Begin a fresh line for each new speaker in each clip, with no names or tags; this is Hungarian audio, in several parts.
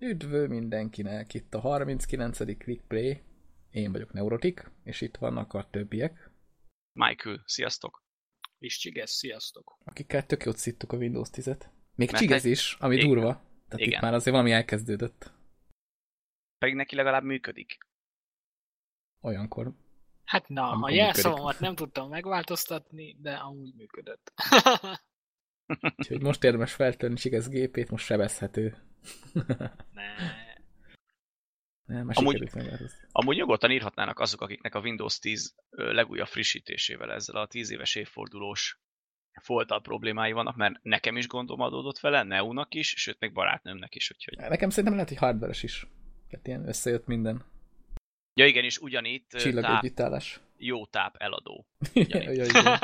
Üdv mindenkinek, itt a 39. Click Play. Én vagyok Neurotik, és itt vannak a többiek.
Michael, sziasztok!
És Csigesz, sziasztok!
Akikkel tök jót szittuk a Windows 10-et. Még
Mert
Csigez is, ami
igen.
durva. Tehát
Igen.
itt már azért valami elkezdődött.
Pedig neki legalább működik.
Olyankor.
Hát na,
Amikor
a jelszavamat nem tudtam megváltoztatni, de amúgy működött.
Úgyhogy most érdemes feltörni Csigez gépét, most sebezhető.
Ne.
Nem, már
Amúgy-
sikerült megváltoztatni.
Amúgy nyugodtan írhatnának azok, akiknek a Windows 10 legújabb frissítésével ezzel a 10 éves évfordulós folttal problémái vannak, mert nekem is gondom adódott vele, Neunak is, sőt, még barátnőmnek is, úgyhogy...
Nekem szerintem lehet, hogy hardveres is. Tehát ilyen összejött minden.
Ja igen, és ugyanitt
Csillagegyüttállás.
jó táp eladó.
Ja, igen.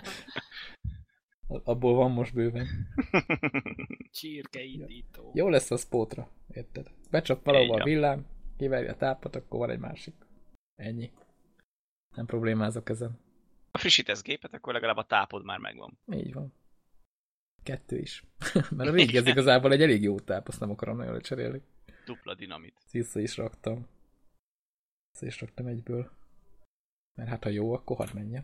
Abból van most bőven.
Csirkeindító.
Jó lesz a spótra, érted? Becsap valahova a
Igen.
villám, kiverje a tápot, akkor van egy másik. Ennyi. Nem problémázok ezen.
Ha frissítesz gépet, akkor legalább a tápod már megvan.
Így van. 2 is. Mert a régi az igazából egy elég jó táp, azt nem akarom nagyon lecserélni.
Dupla dinamit.
Vissza is raktam. Vissza is raktam egyből. Mert hát ha jó, akkor hadd menjen.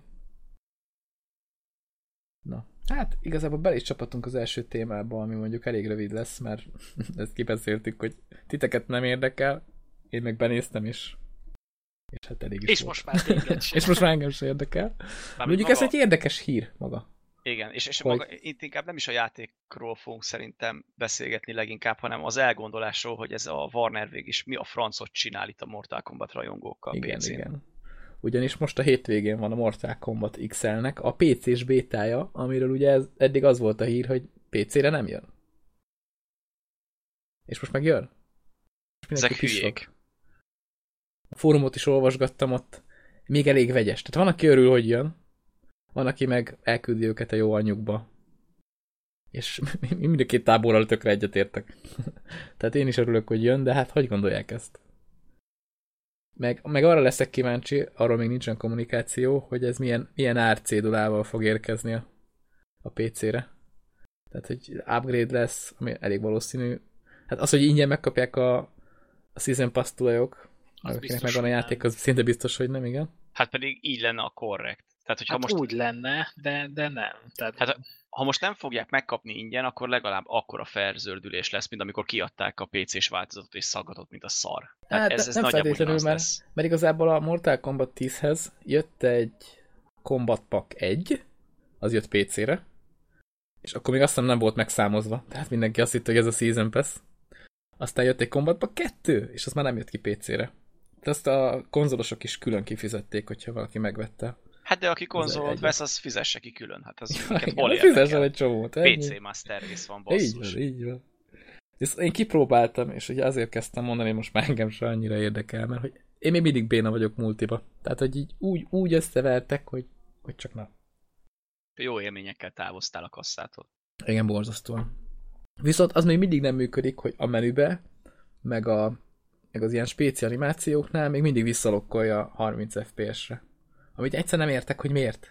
Na, hát igazából bele is csapatunk az első témába, ami mondjuk elég rövid lesz, mert ezt kibeszéltük, hogy titeket nem érdekel, én meg benéztem is. És hát elég is
És
volt.
most már téged sem.
És most már engem sem érdekel.
Mármint
Mondjuk
maga-
ez egy érdekes hír maga.
Igen, és
Hogy-
maga, itt inkább nem is a játékról fogunk szerintem beszélgetni leginkább, hanem az elgondolásról, hogy ez a Warner végig mi a francot csinál itt a Mortal Kombat rajongókkal
Igen,
PC-n.
igen. Ugyanis most a hétvégén van a Mortal Kombat XL-nek a PC-s bétája, amiről ugye eddig az volt a hír, hogy PC-re nem jön. És most meg jön. Most
Ezek
mindenki pislog.
hülyék.
A fórumot is olvasgattam ott. Még elég vegyes. Tehát van, aki örül, hogy jön, van, aki meg elküldi őket a jó anyjukba. És mind a két táborral tökre egyetértek. Tehát én is örülök, hogy jön, de hát hogy gondolják ezt? Meg arra leszek kíváncsi, arról még nincsen kommunikáció, hogy ez milyen árcédulával fog érkezni a PC-re. Tehát, hogy upgrade lesz, ami elég valószínű. Hát az, hogy ingyen megkapják a Season Pass tulajok, akinek
biztos,
megvan a
hogy
játék,
nem.
az szinte biztos, hogy nem, igen.
Hát pedig így lenne a korrekt. Tehát, hogyha
Hát
most,
úgy lenne, de nem. Tehát,
hát, ha most nem fogják megkapni ingyen, akkor legalább akkora felzördülés lesz, mint amikor kiadták a PC-s változatot és szaggatott, mint a szar. Tehát
Hát
ez
nem
nagyjából
feltétlenül,
ugyanaz
mert,
lesz.
mert igazából a Mortal Kombat 10-hez jött egy Combat Pack 1, az jött PC-re, és akkor még azt hiszem nem volt megszámozva, tehát mindenki azt hitt, hogy ez a Season Pass. Aztán jött egy Combat Pack 2, és az már nem jött ki PC-re. De azt a konzolosok is külön kifizették, hogyha valaki megvette.
Hát de aki konzolt
egy-
vesz, az fizesse ki külön. Hát az minket
Igen,
hol
de fizessen
érdekel?
egy csomót. ennyi.
PC Master Race van,
Így
basszus.
van, így van. Ezt én kipróbáltam, és ugye azért kezdtem mondani, hogy most már engem se annyira érdekel, mert hogy én még mindig béna vagyok multiba. Tehát, hogy így úgy összevertek, hogy csak na.
Jó élményekkel távoztál a kasszától.
Igen, borzasztóan. Viszont az még mindig nem működik, hogy a menübe, meg az ilyen spéci animációknál még mindig visszalokkolja 30 FPS-re. Amit egyszer nem értek, hogy miért.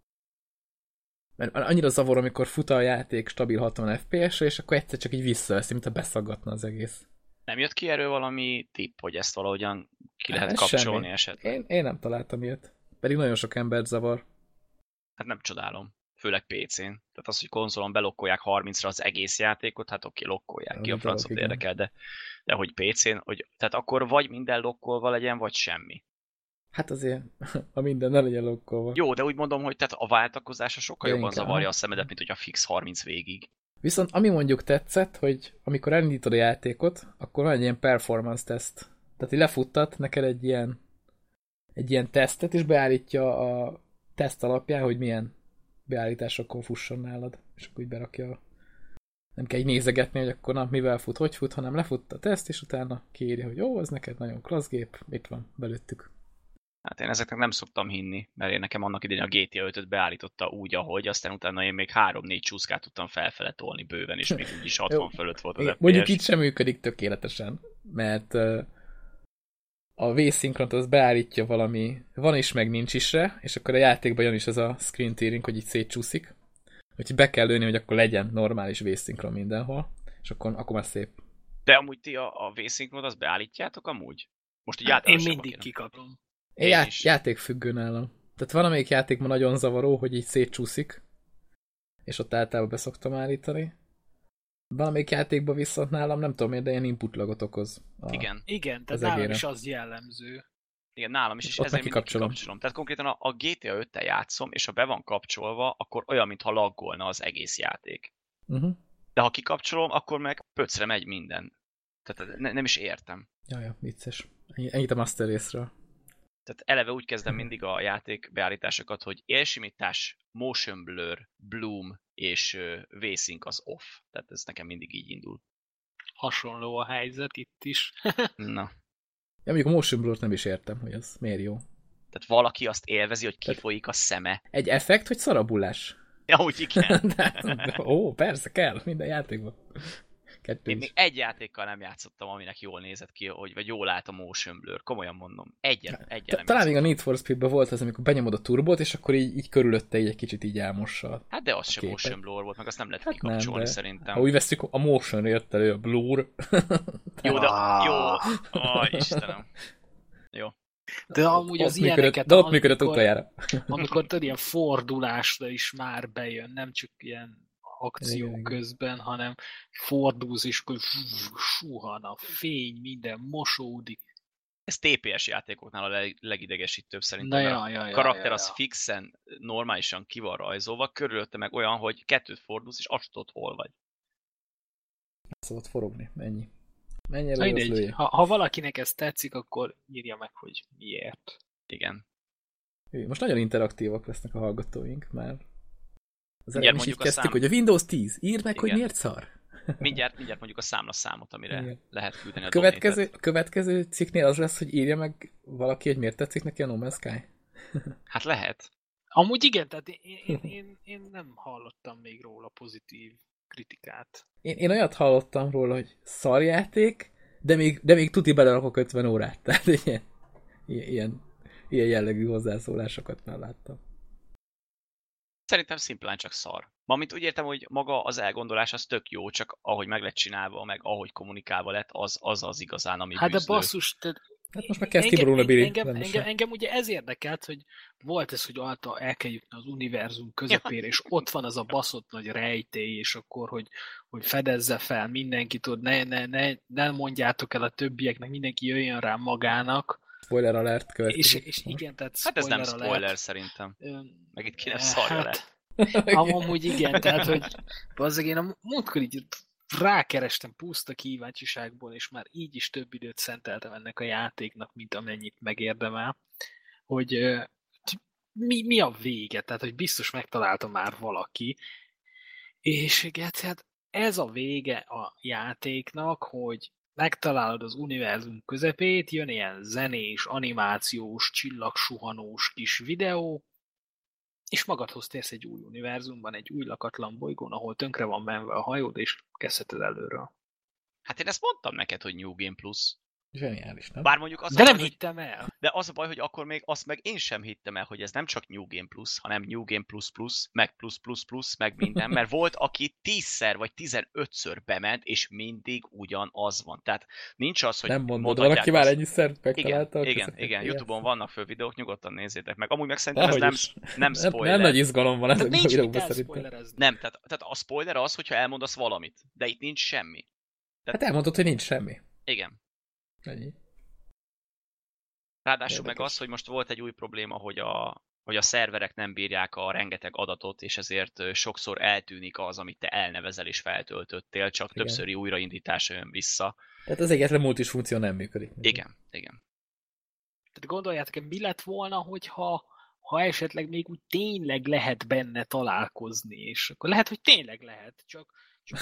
Mert annyira zavar, amikor fut a játék stabil 60 FPS-re, és akkor egyszer csak így visszaveszi, mint a beszaggatna az egész.
Nem jött ki erről valami tipp, hogy ezt valahogyan ki lehet
Hát
kapcsolni
semmi.
esetleg?
Én nem találtam ilyet. Pedig nagyon sok embert zavar.
Hát nem csodálom. Főleg PC-n. Tehát az, hogy konzolon belokkolják 30-ra az egész játékot, hát oké, lokkolják ki, a
dolog,
francot
igen.
érdekel, de hogy PC-n, tehát akkor vagy minden lokkolva legyen, vagy semmi.
Hát azért, a minden ne legyen lokkolva.
Jó, de úgy mondom, hogy tehát a váltakozása sokkal
Ja,
jobban
inkább,
zavarja
aha.
a szemedet, mint hogy a fix 30 végig.
Viszont ami mondjuk tetszett, hogy amikor elindítod a játékot, akkor van egy ilyen performance teszt. Tehát így lefuttat neked egy ilyen tesztet, és beállítja a teszt alapján, hogy milyen beállításokon fusson nálad. És akkor így berakja. Nem kell így nézegetni, hogy akkor na, mivel fut, hogy fut, hanem lefut a teszt, és utána kiírja, hogy jó, ez neked nagyon klassz gép, itt van, belőttük.
Hát én ezeknek nem szoktam hinni, mert én nekem annak idején a GTA 5-öt beállította úgy, ahogy, aztán utána én még 3-4 csúszkát tudtam felfele tolni bőven, és még úgyis 60 fölött volt az
Igen,
FPS.
mondjuk itt sem működik tökéletesen, mert a V-szinkront az beállítja valami, van is, meg nincs is rá, és akkor a játékban jön is ez a screen tearing, hogy így szétcsúszik. Úgyhogy be kell lőni, hogy akkor legyen normális V-szinkron mindenhol, és akkor már szép.
De amúgy ti a V-Sync mód, azt beállítjátok amúgy? Most így
Én
általánosabban
mindig
kéne.
kikapom.
Én is.
Játékfüggő nálam. Tehát van, amelyik játék ma nagyon zavaró, hogy így szétcsúszik, és ott általában be szoktam állítani. Van, amelyik játékban viszont nálam, nem tudom miért, de ilyen input lagot okoz.
Igen, tehát
az
nálam
egére.
is az jellemző.
Igen, nálam is, és
Ott
ezért
meg
mindig
kikapcsolom.
kikapcsolom. Tehát konkrétan a GTA 5-tel játszom, és ha be van kapcsolva, akkor olyan, mintha laggolna az egész játék. De ha kikapcsolom, akkor meg pöcre megy minden. Tehát nem is értem.
Jaja, vicces. Ennyit a Master Race-ről.
Tehát eleve úgy kezdem mindig a játék beállításokat, hogy élsimítás, motion blur, bloom és V-Sync az off. Tehát ez nekem mindig így indul.
Hasonló a helyzet itt is.
Na.
Ja, mondjuk a Motion Blur-t nem is értem, hogy az miért jó.
Tehát valaki azt élvezi, hogy kifolyik a szeme.
Egy effekt, hogy szarabulás?
Ja, úgy igen.
Ó, persze, kell, minden játékban. Kettő
Én
is.
még egy játékkal nem játszottam, aminek jól nézett ki, vagy jól állt a motion blur. Komolyan mondom. Egyen nem
Talán még a
játszottam.
Need for Speedben volt az, amikor benyomod a turbót, és akkor így körülötte így egy kicsit így elmossa.
Hát de az sem
képet.
motion blur volt, meg azt nem lehet
Hát
kikapcsolni
nem, de
szerintem.
ha úgy veszük, a motion jött elő, a blur.
Jó, de jó. Istenem. Jó.
De amúgy az ilyeneket,
de ott működött utoljára.
amikor tudod, ilyen fordulásra is már bejön, nem csak ilyen akció
Igen.
közben, hanem fordulsz, és akkor suhan a fény, minden mosódik.
Ez TPS játékoknál a legidegesítőbb szerintem.
Na
mert
ja,
a karakter az fixen, normálisan ki van rajzolva, körülötte meg olyan, hogy kettőt fordulsz, és azt tudod, hol vagy.
Szabad forogni, ennyi. Menj elő, az
Mindegy,
lőjé.
ha valakinek ez tetszik, akkor írja meg, hogy miért.
Igen.
Most nagyon interaktívak lesznek a hallgatóink már. Az elején is így
mondjuk a
kezdtük,
szám-
hogy a Windows 10, írd meg, hogy
Igen.
miért szar.
Mindjárt mondjuk a számlaszámot, amire
Igen.
lehet küldeni
A
donatet.
következő cikknél az lesz, hogy írja meg valaki, hogy miért tetszik neki a No Man's Sky.
Hát lehet.
Amúgy igen, tehát én nem hallottam még róla pozitív kritikát.
Én olyat hallottam róla, hogy szarjáték, de még tuti belerakok 50 órát. Tehát ilyen jellegű hozzászólásokat már láttam.
Szerintem szimplán csak szar. Mármint úgy értem, hogy maga az elgondolás az tök jó, csak ahogy meg lett csinálva, meg ahogy kommunikálva lett, az igazán, ami
Hát de
bűzlő.
basszus, tehát
Hát most már kezd kiborulni a Billy.
engem ugye ez érdekelt, hogy volt ez, hogy el kell jutni az univerzum közepére, és ott van az a baszott nagy rejtély, és akkor, hogy fedezze fel mindenkit, ott ne mondjátok el a többieknek, mindenki jöjjön rá magának.
Spoiler alert következik.
És igen, tehát
Hát ez nem
spoiler
spoiler
alert.
szerintem. Meg itt kéne szarja le.
Amúgy igen, tehát, hogy bazzeg, én a múltkor így rákerestem puszta kíváncsiságból, és már így is több időt szenteltem ennek a játéknak, mint amennyit megérdemel, hogy mi a vége, tehát, hogy biztos megtalálta már valaki, és hát ez a vége a játéknak, hogy megtalálod az univerzum közepét, jön ilyen zenés, animációs, csillagsuhanós kis videó, és magadhoz térsz egy új univerzumban, egy új lakatlan bolygón, ahol tönkre van menve a hajód, és kezdheted előről.
Hát én ezt mondtam neked, hogy New Game Plus.
Zseniális, nem?
Bár mondjuk az
De
a
nem
baj,
hittem el.
de az a baj, hogy akkor még azt meg én sem hittem el, hogy ez nem csak New Game Plus, hanem New Game Plus Plus, meg Plus Plus Plus, meg minden, mert volt, aki 10-szer vagy 15-ször bement, és mindig ugyanaz van. Tehát nincs az, hogy
Nem mondod,
mondhatják
valaki már
azt.
ennyiszer megtalálta.
Igen, YouTube-on vannak föl videók, nyugodtan nézzétek meg. Amúgy meg szerintem ez
Dehogy
nem
is.
spoiler.
Nem nagy izgalom van
Tehát
ezekben a
nincs mit
videókban szerintem.
elszpoilerezni.
Nem, tehát a spoiler az, hogyha elmondasz valamit, de itt nincs semmi.
Hát elmondod, hogy nincs semmi.
Igen.
Ennyi.
Ráadásul
Érdekes.
meg az, hogy most volt egy új probléma, hogy a szerverek nem bírják a rengeteg adatot, és ezért sokszor eltűnik az, amit te elnevezel és feltöltöttél, csak
Igen.
többszöri újraindítás jön vissza.
Tehát az egyetlen multis funkció nem működik.
Igen.
Tehát gondoljátok, mi lett volna, hogyha esetleg még úgy tényleg lehet benne találkozni, és akkor lehet, hogy tényleg lehet, csak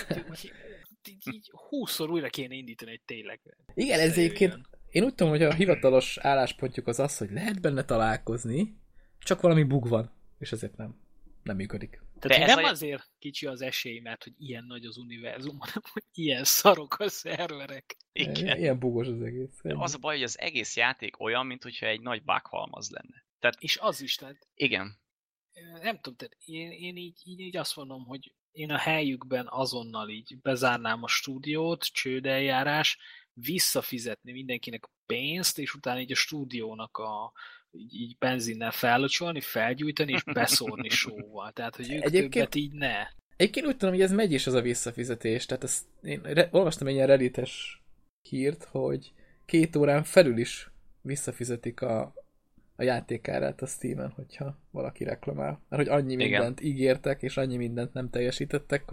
így 20-szor újra kéne indítani, hogy tényleg
Igen, ez egyébként, én úgy tudom, hogy a hivatalos álláspontjuk az, hogy lehet benne találkozni, csak valami bug van, és ezért nem működik.
Tehát
ez
nem
a-
azért kicsi az esély, mert hogy ilyen nagy az univerzum, hanem hogy ilyen szarok a szerverek.
Igen.
Ilyen bugos az egész.
De az a baj, hogy az egész játék olyan, mintha egy nagy bug halmaz lenne. Tehát
És az is, tehát
igen.
nem tudom, tehát én így azt mondom, hogy én a helyükben azonnal így bezárnám a stúdiót, csődeljárás, visszafizetni mindenkinek a pénzt, és utána így a stúdiónak így benzinnel fellocsolni, felgyújtani, és beszórni sóval. Tehát, hogy ők többet így ne.
Egyébként úgy tudom, hogy ez megy is az a visszafizetés. Tehát én olvastam egy ilyen Reddites hírt, hogy 2 órán felül is visszafizetik a játékárát a Steamen, hogyha valaki reklamál. Mert hogy annyi mindent ígértek, és annyi mindent nem teljesítettek,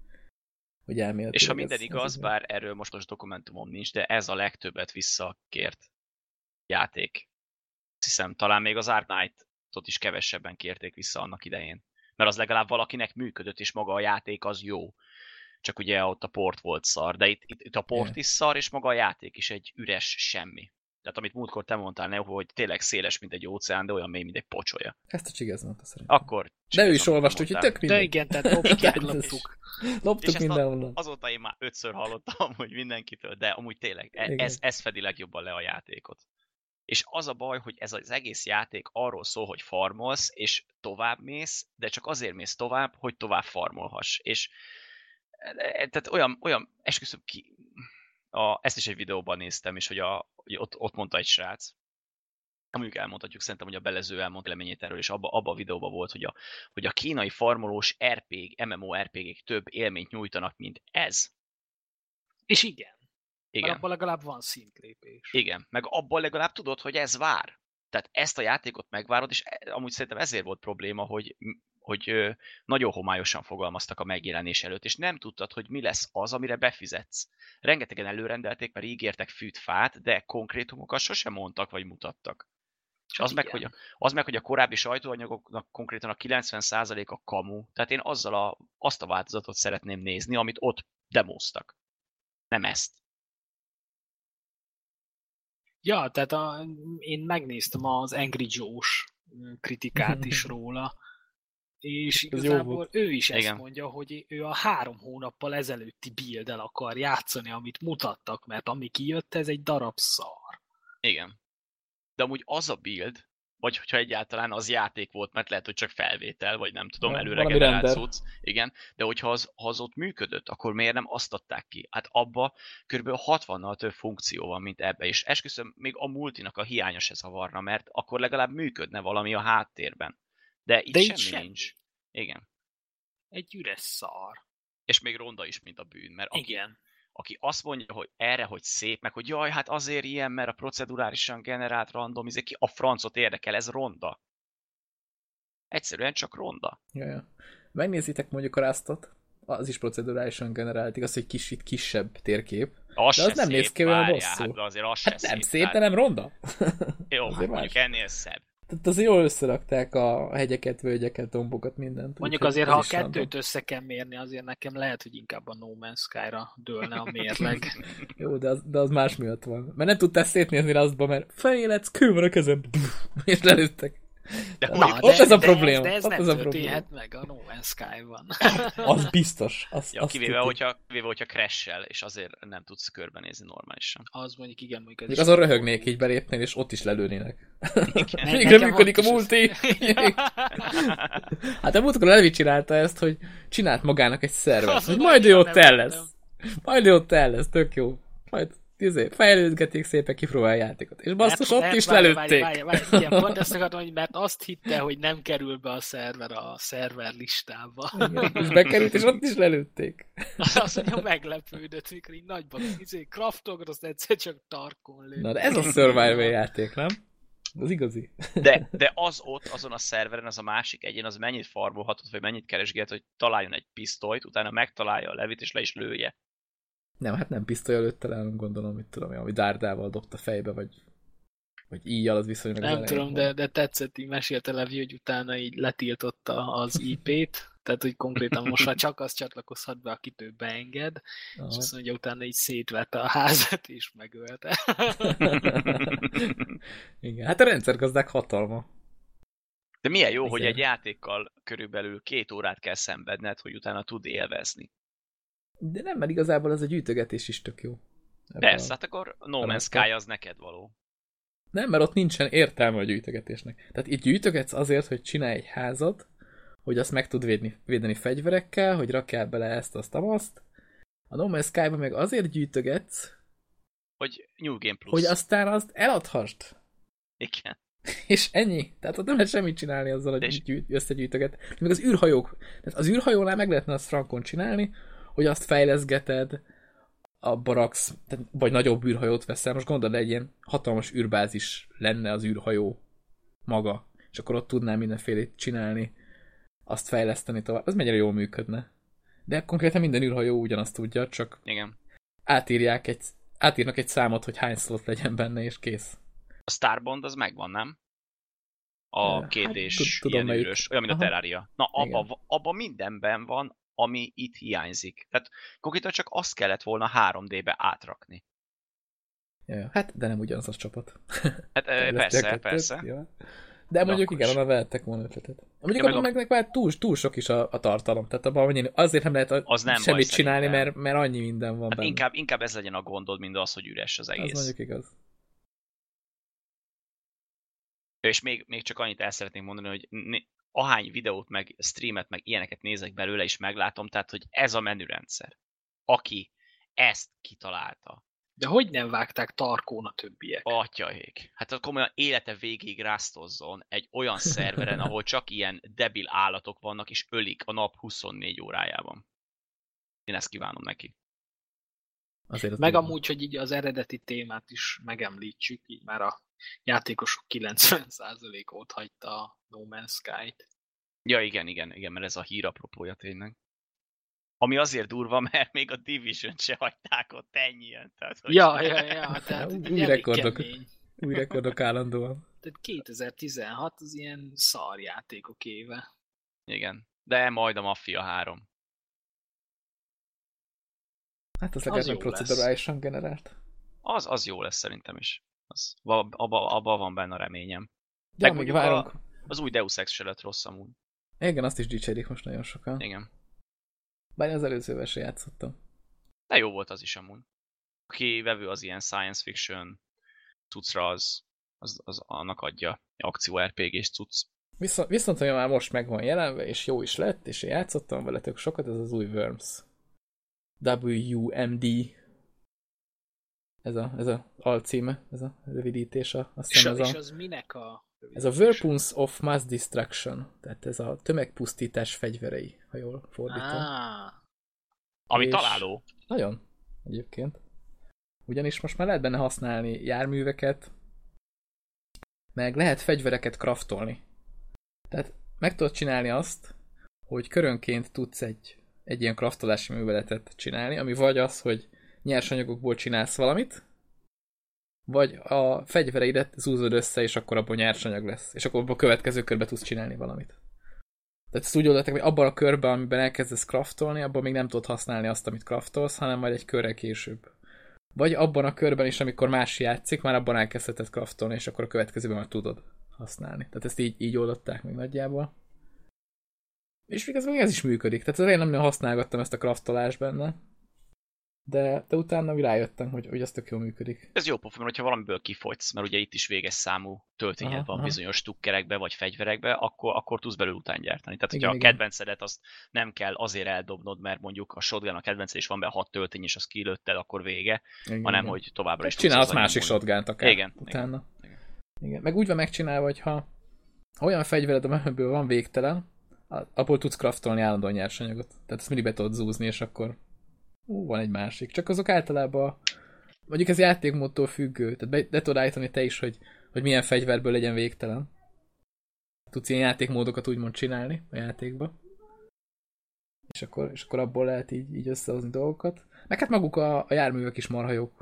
hogy elméletileg.
És ha minden igaz, bár erről most dokumentumom nincs, de ez a legtöbbet visszakért játék. Azt hiszem, talán még az Ark Knight-ot is kevesebben kérték vissza annak idején. Mert az legalább valakinek működött, és maga a játék az jó. Csak ugye ott a port volt szar, de itt a port is szar, és maga a játék is egy üres semmi. Tehát amit múltkor te mondtál, ne, hogy tényleg széles, mint egy óceán, de olyan mély, mint egy pocsolya.
Ezt a Csigez mondta szerintem.
Akkor
de ő is olvast, úgyhogy tök minden.
De igen, tehát loptuk.
Loptuk mindenhonnan.
Azóta én már 5-ször hallottam, hogy mindenkitől, de amúgy tényleg ez fedi legjobban le a játékot. És az a baj, hogy ez az egész játék arról szól, hogy farmolsz, és tovább mész, de csak azért mész tovább, hogy tovább farmolhass. És tehát olyan esküszöm ki, ezt is egy videóban néztem, és hogy ott mondta egy srác, amíg elmondhatjuk, szerintem, hogy a Belező elmondta véleményét erről, és abba a videóban volt, hogy a kínai farmolós MMORPG-k több élményt nyújtanak, mint ez.
És igen.
Igen.
Abban legalább van szintlépés.
Igen, meg abban legalább tudod, hogy ez vár. Tehát ezt a játékot megvárod, és amúgy szerintem ezért volt probléma, hogy nagyon homályosan fogalmaztak a megjelenés előtt, és nem tudtad, hogy mi lesz az, amire befizetsz. Rengetegen előrendelték, mert ígértek fűt-fát, de konkrétumokat sosem mondtak, vagy mutattak. És az meg, hogy a korábbi sajtóanyagoknak konkrétan a 90%-a kamu, tehát én azt a változatot szeretném nézni, amit ott demóztak. Nem ezt.
Ja, tehát én megnéztem az Angry Joe-s kritikát is róla, és igazából ő is ezt mondja, hogy ő a 3 hónappal ezelőtti build-el akar játszani, amit mutattak, mert ami kijött, ez egy darab szar.
Igen. De amúgy az a build, vagy hogyha egyáltalán az játék volt, mert lehet, hogy csak felvétel, vagy nem tudom, előre generált cucc. Igen, de hogyha az ott működött, akkor miért nem azt adták ki? Hát abba kb. 60-nal több funkció van, mint ebbe, és esküszöm, még a multinak a hiánya se zavarna, mert akkor legalább működne valami a háttérben. De itt semmi nincs. Igen.
Egy üres szar.
És még ronda is, mint a bűn, mert aki azt mondja, hogy erre, hogy szép, meg hogy jaj, hát azért ilyen, mert a procedurálisan generált random, ki a francot érdekel, ez ronda. Egyszerűen csak ronda.
Ja. Megnézitek mondjuk a Rustot, az is procedurálisan generált, igaz, hogy kisebb térkép. De az nem néz ki olyan rosszul.
Hát azért az se
nem szép, de nem ronda.
Jó, hát mondjuk ennél szebb.
Tehát azért jól összerakták a hegyeket, völgyeket, dombokat, mindent.
Mondjuk azért, ha a kettőt össze kell mérni, azért nekem lehet, hogy inkább a No Man's Sky-ra dőlne a mérleg.
Jó, de az más miatt van. Mert nem tudtál szétnézni Rustba, mert fejletsz, kő van a kezem, és lelőttek. Ott ez a probléma.
De ez nem történhet meg a No Man's Sky-ban.
Az biztos.
Kivéve, hogyha crash-el, és azért nem tudsz körbenézni normálisan.
Az mondjuk igen.
Mondjuk azon röhögnék, így belépnél, és ott is lelőnének. Végre működik a multi. Hát a múltkor Levi csinálta ezt, hogy csinált magának egy szervet. Hogy majd ő ott el lesz. Majd ő ott el lesz, tök jó. Majd fejlődgetik szépen, kipróbál a játékot. És basszus, ott is lelőtték.
Igen, pont ezt akartam, hogy mert azt hitte, hogy nem kerül be a szerver listába.
Igen, és bekerült, és ott is lelőtték.
Azt mondja, meglepődött, mikor így nagyban kraftolgat, azt egyszer csak tarkon lőtt.
Na, de ez a survival játék, nem? Az igazi.
De az ott, azon a szerveren, az a másik egyén, az mennyit farmolhatott, vagy mennyit keresgélt, hogy találjon egy pisztolyt, utána megtalálja a Levit, és le is lője.
Nem, hát nem pisztoly előtt talán, gondolom, mit tudom én, ami dárdával dobta fejbe, vagy íjjal, az viszonylag
nem tudom, de tetszett, így mesélte Levi, hogy utána így letiltotta az IP-t, tehát, hogy konkrétan most már csak az csatlakozhat be, akit ő beenged, és azt mondja, utána így szétvette a házat, és megölte.
Igen, hát a rendszergazdák hatalma.
De milyen jó, hogy egy játékkal körülbelül 2 órát kell szenvedned, hogy utána tud élvezni.
De nem, mert igazából ez a gyűjtögetés is tök jó.
Persze, hát akkor No Man's Sky az neked való.
Nem, mert ott nincsen értelme a gyűjtögetésnek. Tehát itt gyűjtögetsz azért, hogy csinálj egy házat, hogy azt meg tud védeni fegyverekkel, hogy rakjál bele ezt, azt. A No Man's Sky-ban meg azért gyűjtögetsz,
hogy New Game Plus.
hogy aztán azt eladhassd.
Igen.
És ennyi. Tehát ott nem lehet semmit csinálni azzal, hogy összegyűjtöget. Még az űrhajók. Tehát az űrhajónál meg lehetne azt frankon csinálni, hogy azt fejleszgeted, abba raksz, vagy nagyobb űrhajót veszel. Most gondold, egy ilyen hatalmas űrbázis lenne az űrhajó maga. És akkor ott tudnál mindenfélét csinálni, azt fejleszteni tovább. Az mennyire jól működne. De konkrétan minden űrhajó ugyanazt tudja, csak
igen.
átírnak egy számot, hogy hány slot legyen benne, és kész.
A Starbond az megvan, nem? A 2D-s ilyen űrös, olyan, mint a Terraria. Na, abba mindenben van, ami itt hiányzik. Tehát konkrétan csak azt kellett volna 3D-be átrakni.
Ja, hát, de nem ugyanaz a csapat.
Hát persze.
Ja. De mondjuk igen, onnan vehettek volna ötletet. Mondjuk abban meg túl sok is a tartalom. Tehát abban azért nem lehet semmit csinálni, mert annyi minden van benne.
Inkább ez legyen a gondod, mint az, hogy üres az egész.
Az mondjuk igaz.
És még csak annyit el szeretnék mondani, hogy ahány videót, meg streamet, meg ilyeneket nézek belőle, és meglátom, tehát, hogy ez a menürendszer. Aki ezt kitalálta.
De hogy nem vágták tarkón a többiek?
Atyaik. Hát akkor komolyan élete végig rásztozzon egy olyan szerveren, ahol csak ilyen debil állatok vannak, és ölik a nap 24 órájában. Én ezt kívánom neki.
Meg amúgy, hogy így az eredeti témát is megemlítsük, így már a játékosok 90%-a ott hagyta a No Man's Sky-t.
Ja, igen, mert ez a hír apropója tényleg. Ami azért durva, mert még a Division-t se hagyták ott ennyien. Tehát, hogy...
Ja, tehát
új rekordok állandóan.
Tehát 2016 az ilyen szarjátékok éve.
Igen, de majd a Mafia 3.
Hát az legalább procedurálisan generált.
Az jó lesz szerintem is. Abba van benne a reményem.
Ja, meg várunk.
Az új Deus Ex se lett rossz amúgy.
Igen, azt is dicsérik most nagyon sokan.
Igen.
Bár az előzővel se játszottam.
De jó volt az is amúgy. Aki vevő az ilyen science fiction cuccra, az annak adja akció RPG-s cucc.
Viszont, hogy már most meg van jelenve, és jó is lett, és én játszottam vele tök sokat, ez az új Worms. WMD. Ez a alcíme, ez a rövidítése.
És az minek a
Ez a Weapons of Mass Destruction, tehát ez a tömegpusztítás fegyverei, ha jól fordítom.
Ami találó.
Nagyon, egyébként. Ugyanis most már lehet benne használni járműveket, meg lehet fegyvereket craftolni. Tehát meg tudod csinálni azt, hogy körönként tudsz egy ilyen craftolási műveletet csinálni, ami vagy az, hogy nyersanyagokból csinálsz valamit, vagy a fegyvereidet zúzod össze, és akkor abban nyersanyag lesz. És akkor abban a következő körbe tudsz csinálni valamit. Tehát ezt úgy oldották, hogy abban a körben, amiben elkezdesz craftolni, abban még nem tudod használni azt, amit craftolsz, hanem majd egy körre később. Vagy abban a körben is, amikor más játszik, már abban elkezdheted craftolni, és akkor a következőben már tudod használni. Tehát ezt így oldották még nagyjából. És még ez is működik. Tehát azért nem használgattam ezt a craftolást benne. De utána rájöttem, hogy ez tök jól működik.
Ez jó pofa, mert hogyha valamiből kifogysz, mert ugye itt is véges számú töltényed van bizonyos tukkerekbe vagy fegyverekbe, akkor tudsz belőle után gyártani. Tehát, hogyha a kedvencedet azt nem kell azért eldobnod, mert mondjuk a shotgun a kedvenced és van be 6 töltény, és azt kilőtted, akkor vége, hanem hogy továbbra is tudsz.
Csinálsz másik shotgunt akár
igen,
utána. Igen. Meg úgy van megcsinálva, hogy ha olyan fegyvered, amiből van végtelen, abból tudsz craftolni állandóan nyersanyagot. Tehát ezt mindig be tudod zúzni, és akkor van egy másik. Csak azok általában mondjuk ez játékmódtól függő. Tehát be tudod állítani te is, hogy milyen fegyverből legyen végtelen. Tudsz ilyen játékmódokat úgymond csinálni a játékba. És akkor abból lehet így összehozni dolgokat. Meg hát maguk a járművek is marha jók.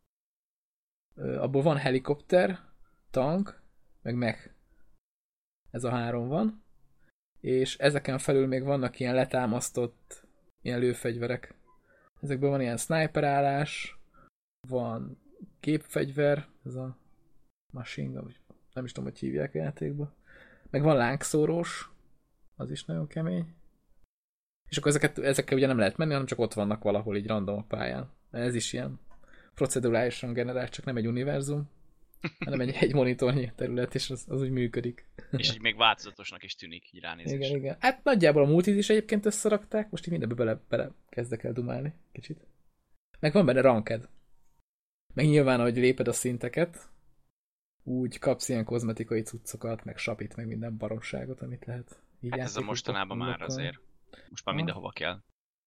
Abból van helikopter, tank, meg mech. Ez a 3 van. És ezeken felül még vannak ilyen letámasztott ilyen lőfegyverek. Ezekből van ilyen sniperállás, van gépfegyver, ez a machine gun, nem is tudom, hogy hívják a játékba. Meg van lángszórós, az is nagyon kemény. És akkor ezekkel ugye nem lehet menni, hanem csak ott vannak valahol így random a pályán. Ez is ilyen procedurálisan generált, csak nem egy univerzum. hanem egy monitornyi terület, és az úgy működik.
És így még változatosnak is tűnik így ránézésre.
Igen. Hát nagyjából a multit is egyébként összerakták, most így mindenbe bele kezdek el dumálni kicsit. Meg van benne ranked. Meg nyilván, ahogy léped a szinteket, úgy kapsz ilyen kozmetikai cuccokat, meg sapit, meg minden baromságot, amit lehet. Így
Hát ez a mostanában már azért. Most már mindenhova kell.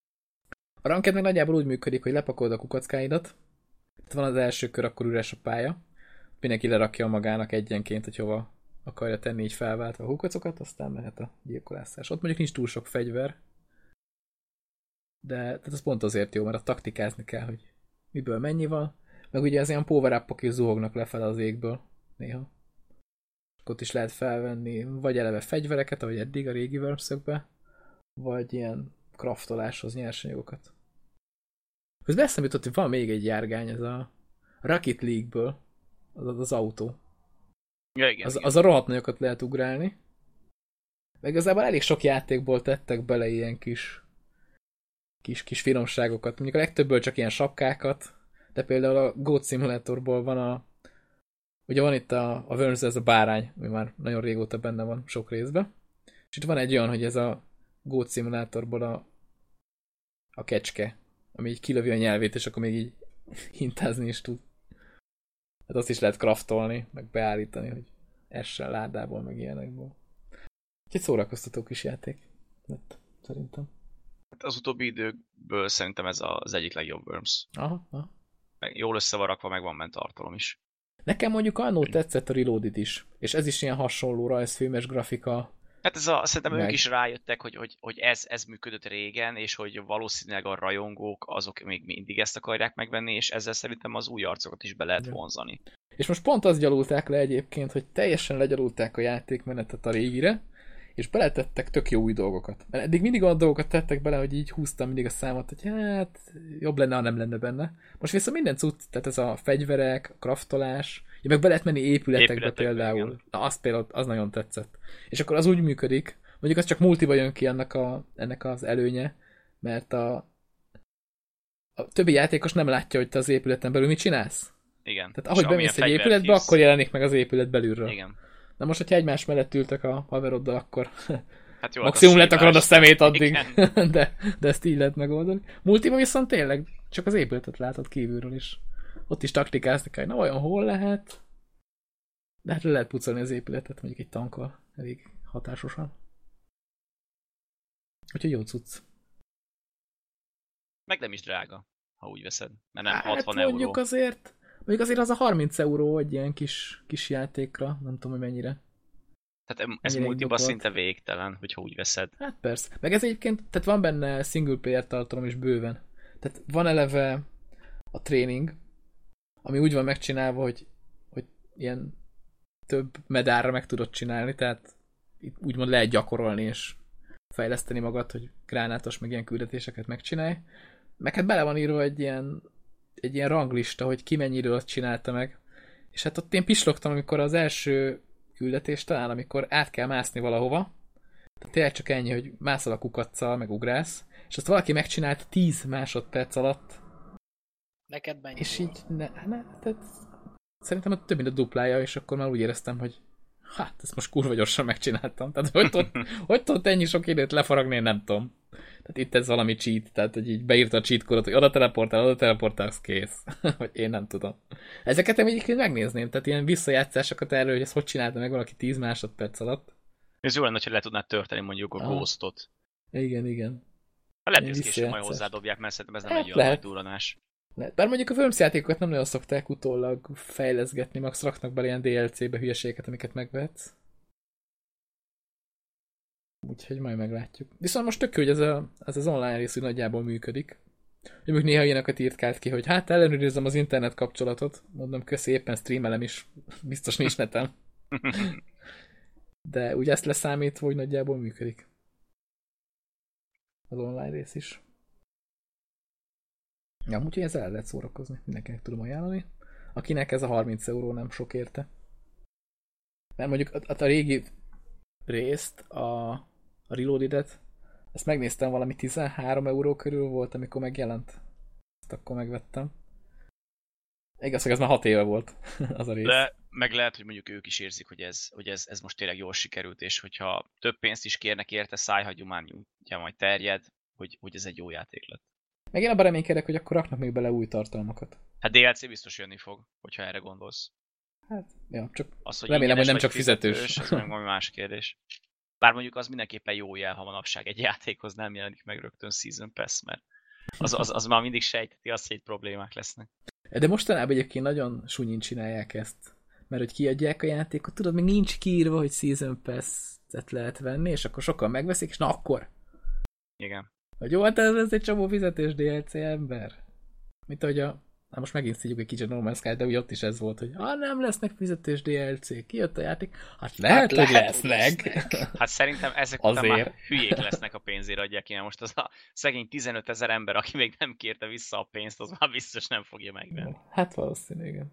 A ranked meg nagyjából úgy működik, hogy lepakolod a kukackáidat, tehát van az első kör, akkor üres a pálya, mindenki lerakja magának egyenként, hogy hova akarja tenni így felváltva a kukacokat, aztán mehet a gyilkolászás. Ott mondjuk nincs túl sok fegyver, de tehát az pont azért jó, mert a taktikázni kell, hogy miből mennyi van, meg ugye az ilyen power-up-ok is zuhognak lefele az égből néha. Ott is lehet felvenni, vagy eleve fegyvereket, ahogy eddig a régi Worms-ökbe, vagy ilyen craftoláshoz nyersanyagokat. Közben eszembe jutott, hogy van még egy járgány, ez a Rocket League-ből, az autó.
Ja, igen,
Az a rohadt nagyokat lehet ugrálni. Meg igazából elég sok játékból tettek bele ilyen kis finomságokat. Mondjuk a legtöbbből csak ilyen sapkákat, de például a Goat Simulatorból van ugye van itt a Worms, ez a bárány, ami már nagyon régóta benne van sok részben. És itt van egy olyan, hogy ez a Goat Simulatorból a kecske, ami így kilövi a nyelvét, és akkor még így hintázni is tud. Hát azt is lehet craftolni, meg beállítani, hogy essen ládából, meg ilyenekből. Úgyhogy szórakoztató kis játék lett, szerintem.
Hát az utóbbi időkből szerintem ez az egyik legjobb Worms.
Aha.
Meg jól össze van rakva, meg van benne tartalom is.
Nekem mondjuk annól tetszett a Reloaded is, és ez is ilyen hasonló rajzfilmes grafika.
Hát szerintem ők is rájöttek, hogy ez működött régen, és hogy valószínűleg a rajongók azok még mindig ezt akarják megvenni, és ezzel szerintem az új arcokat is be lehet vonzani.
És most pont azt gyalulták le egyébként, hogy teljesen legyalulták a játékmenetet a régire, és beletettek tök jó új dolgokat. Mert eddig mindig olyan dolgokat tettek bele, hogy így húztam mindig a számot, hogy hát jobb lenne, ha nem lenne benne. Most viszont minden cucc, tehát ez a fegyverek, a kraftolás, meg be lehet menni épületekbe például. Igen. Na, az például az nagyon tetszett. És akkor az úgy működik, mondjuk az csak multiba jön ki ennek az előnye, mert a többi játékos nem látja, hogy te az épületen belül mit csinálsz.
Igen.
Tehát ahogy bemész egy épületbe, akkor jelenik meg az épület belülről.
Igen.
Na most, hogyha egymás mellett ültek a haveroddal, akkor
hát jó,
maximum letakarod a szemét addig, de ezt így lehet megoldani. Multiban viszont tényleg csak az épületet látod kívülről is. Ott is taktikázni kell, na olyan hol lehet, de hát le lehet pucolni az épületet, mondjuk egy tankkal elég hatásosan. Úgyhogy jó cucc.
Meg nem is drága, ha úgy veszed, mert nem
hát
60 euró.
Mondjuk azért az a 30 euró egy ilyen kis játékra, nem tudom, hogy mennyire.
Tehát ez multiban szinte végtelen, hogyha úgy veszed.
Hát persze. Meg ez egyébként, tehát van benne single player tartalom is bőven. Tehát van eleve a tréning, ami úgy van megcsinálva, hogy ilyen több medálra meg tudod csinálni, tehát itt úgymond lehet gyakorolni és fejleszteni magad, hogy gránátos meg ilyen küldetéseket megcsinálj. Meg hát bele van írva egy ilyen ranglista, hogy ki mennyi időt csinálta meg. És hát ott én pislogtam, amikor az első küldetés talán, amikor át kell mászni valahova. Tehát tényleg csak ennyi, hogy mászol a kukacsal, meg ugrálsz, és azt valaki megcsinált 10 másodperc alatt.
Neked mennyi?
És így, tehát szerintem ott több mint a duplája, és akkor már úgy éreztem, hogy hát, ezt most kurva gyorsan megcsináltam. Tehát hogy tudod ennyi sok időt lefaragni, én nem tudom. Tehát itt ez valami cheat, tehát hogy így beírta a cheat kódot, hogy oda teleportálsz, kész. Vagy én nem tudom. Ezeket én egyébként megnézném, tehát ilyen visszajátszásokat erről, hogy ezt hogy csinálta meg valaki 10 másodperc alatt.
Ez jó lenne, hogy le tudnád törteni mondjuk a Ghostot.
Igen.
Lehet, hogy ezt később majd hozzádobják, mert szerintem ez nem egy olyan nagy duranás.
Bár mondjuk a Worms játékokat nem nagyon szokták utólag fejleszgetni, max raknak bele ilyen DLC-be hülyeségeket, amiket megvehetsz. Úgyhogy majd meglátjuk. Viszont most tök jó, hogy ez az online rész nagyjából működik. Mondjuk néha ilyeneket írkált ki, hogy hát ellenőrizem az internet kapcsolatot. Mondom, köszi, éppen streamelem is. Biztos nincs netem. De úgy ezt leszámítva, hogy nagyjából működik. Az online rész is. Ja, úgyhogy ezzel el lehet szórakozni. Mindenkinek tudom ajánlani. Akinek ez a 30 euró nem sok érte. Mert mondjuk a régi részt, a Reloaded-et, ezt megnéztem, valami 13 euró körül volt, amikor megjelent. Ezt akkor megvettem. Igaz, hogy ez már 6 éve volt az a rész.
De meg lehet, hogy mondjuk ők is érzik, hogy ez most tényleg jól sikerült, és hogyha több pénzt is kérnek érte, szájhagyományútja majd terjed, hogy ez egy jó játék lett.
Meg én abban reménykedek, hogy akkor raknak még bele új tartalmakat.
Hát DLC biztos jönni fog, hogyha erre gondolsz.
Hát, ja, csak
Az, hogy
remélem, hogy nem
ingyenes
csak
vagy
fizetős.
Ez meg valami más kérdés. Bár mondjuk az mindenképpen jó jel, ha manapság egy játékhoz nem jelenik meg rögtön Season Pass, mert az már mindig sejteti azt, hogy itt problémák lesznek.
De mostanában egyébként nagyon sunyin csinálják ezt. Mert hogy kiadják a játékot, tudod, még nincs kiírva, hogy Season Pass-et lehet venni, és akkor sokan megveszik, és na akkor.
Igen.
Hogy jó, hát ez egy csomó fizetős DLC ember. Mint ahogy hát most megint szígyük egy kicsit No Man's Sky, de úgy ott is ez volt, hogy nem lesznek fizetős DLC, kijött a játék, hát lehet, hogy lesznek.
Hát szerintem ezek után már hülyék lesznek a pénzért adják ki, mert most az a szegény 15 000 ember, aki még nem kérte vissza a pénzt, az már biztos nem fogja megvenni.
Hát valószínű, igen.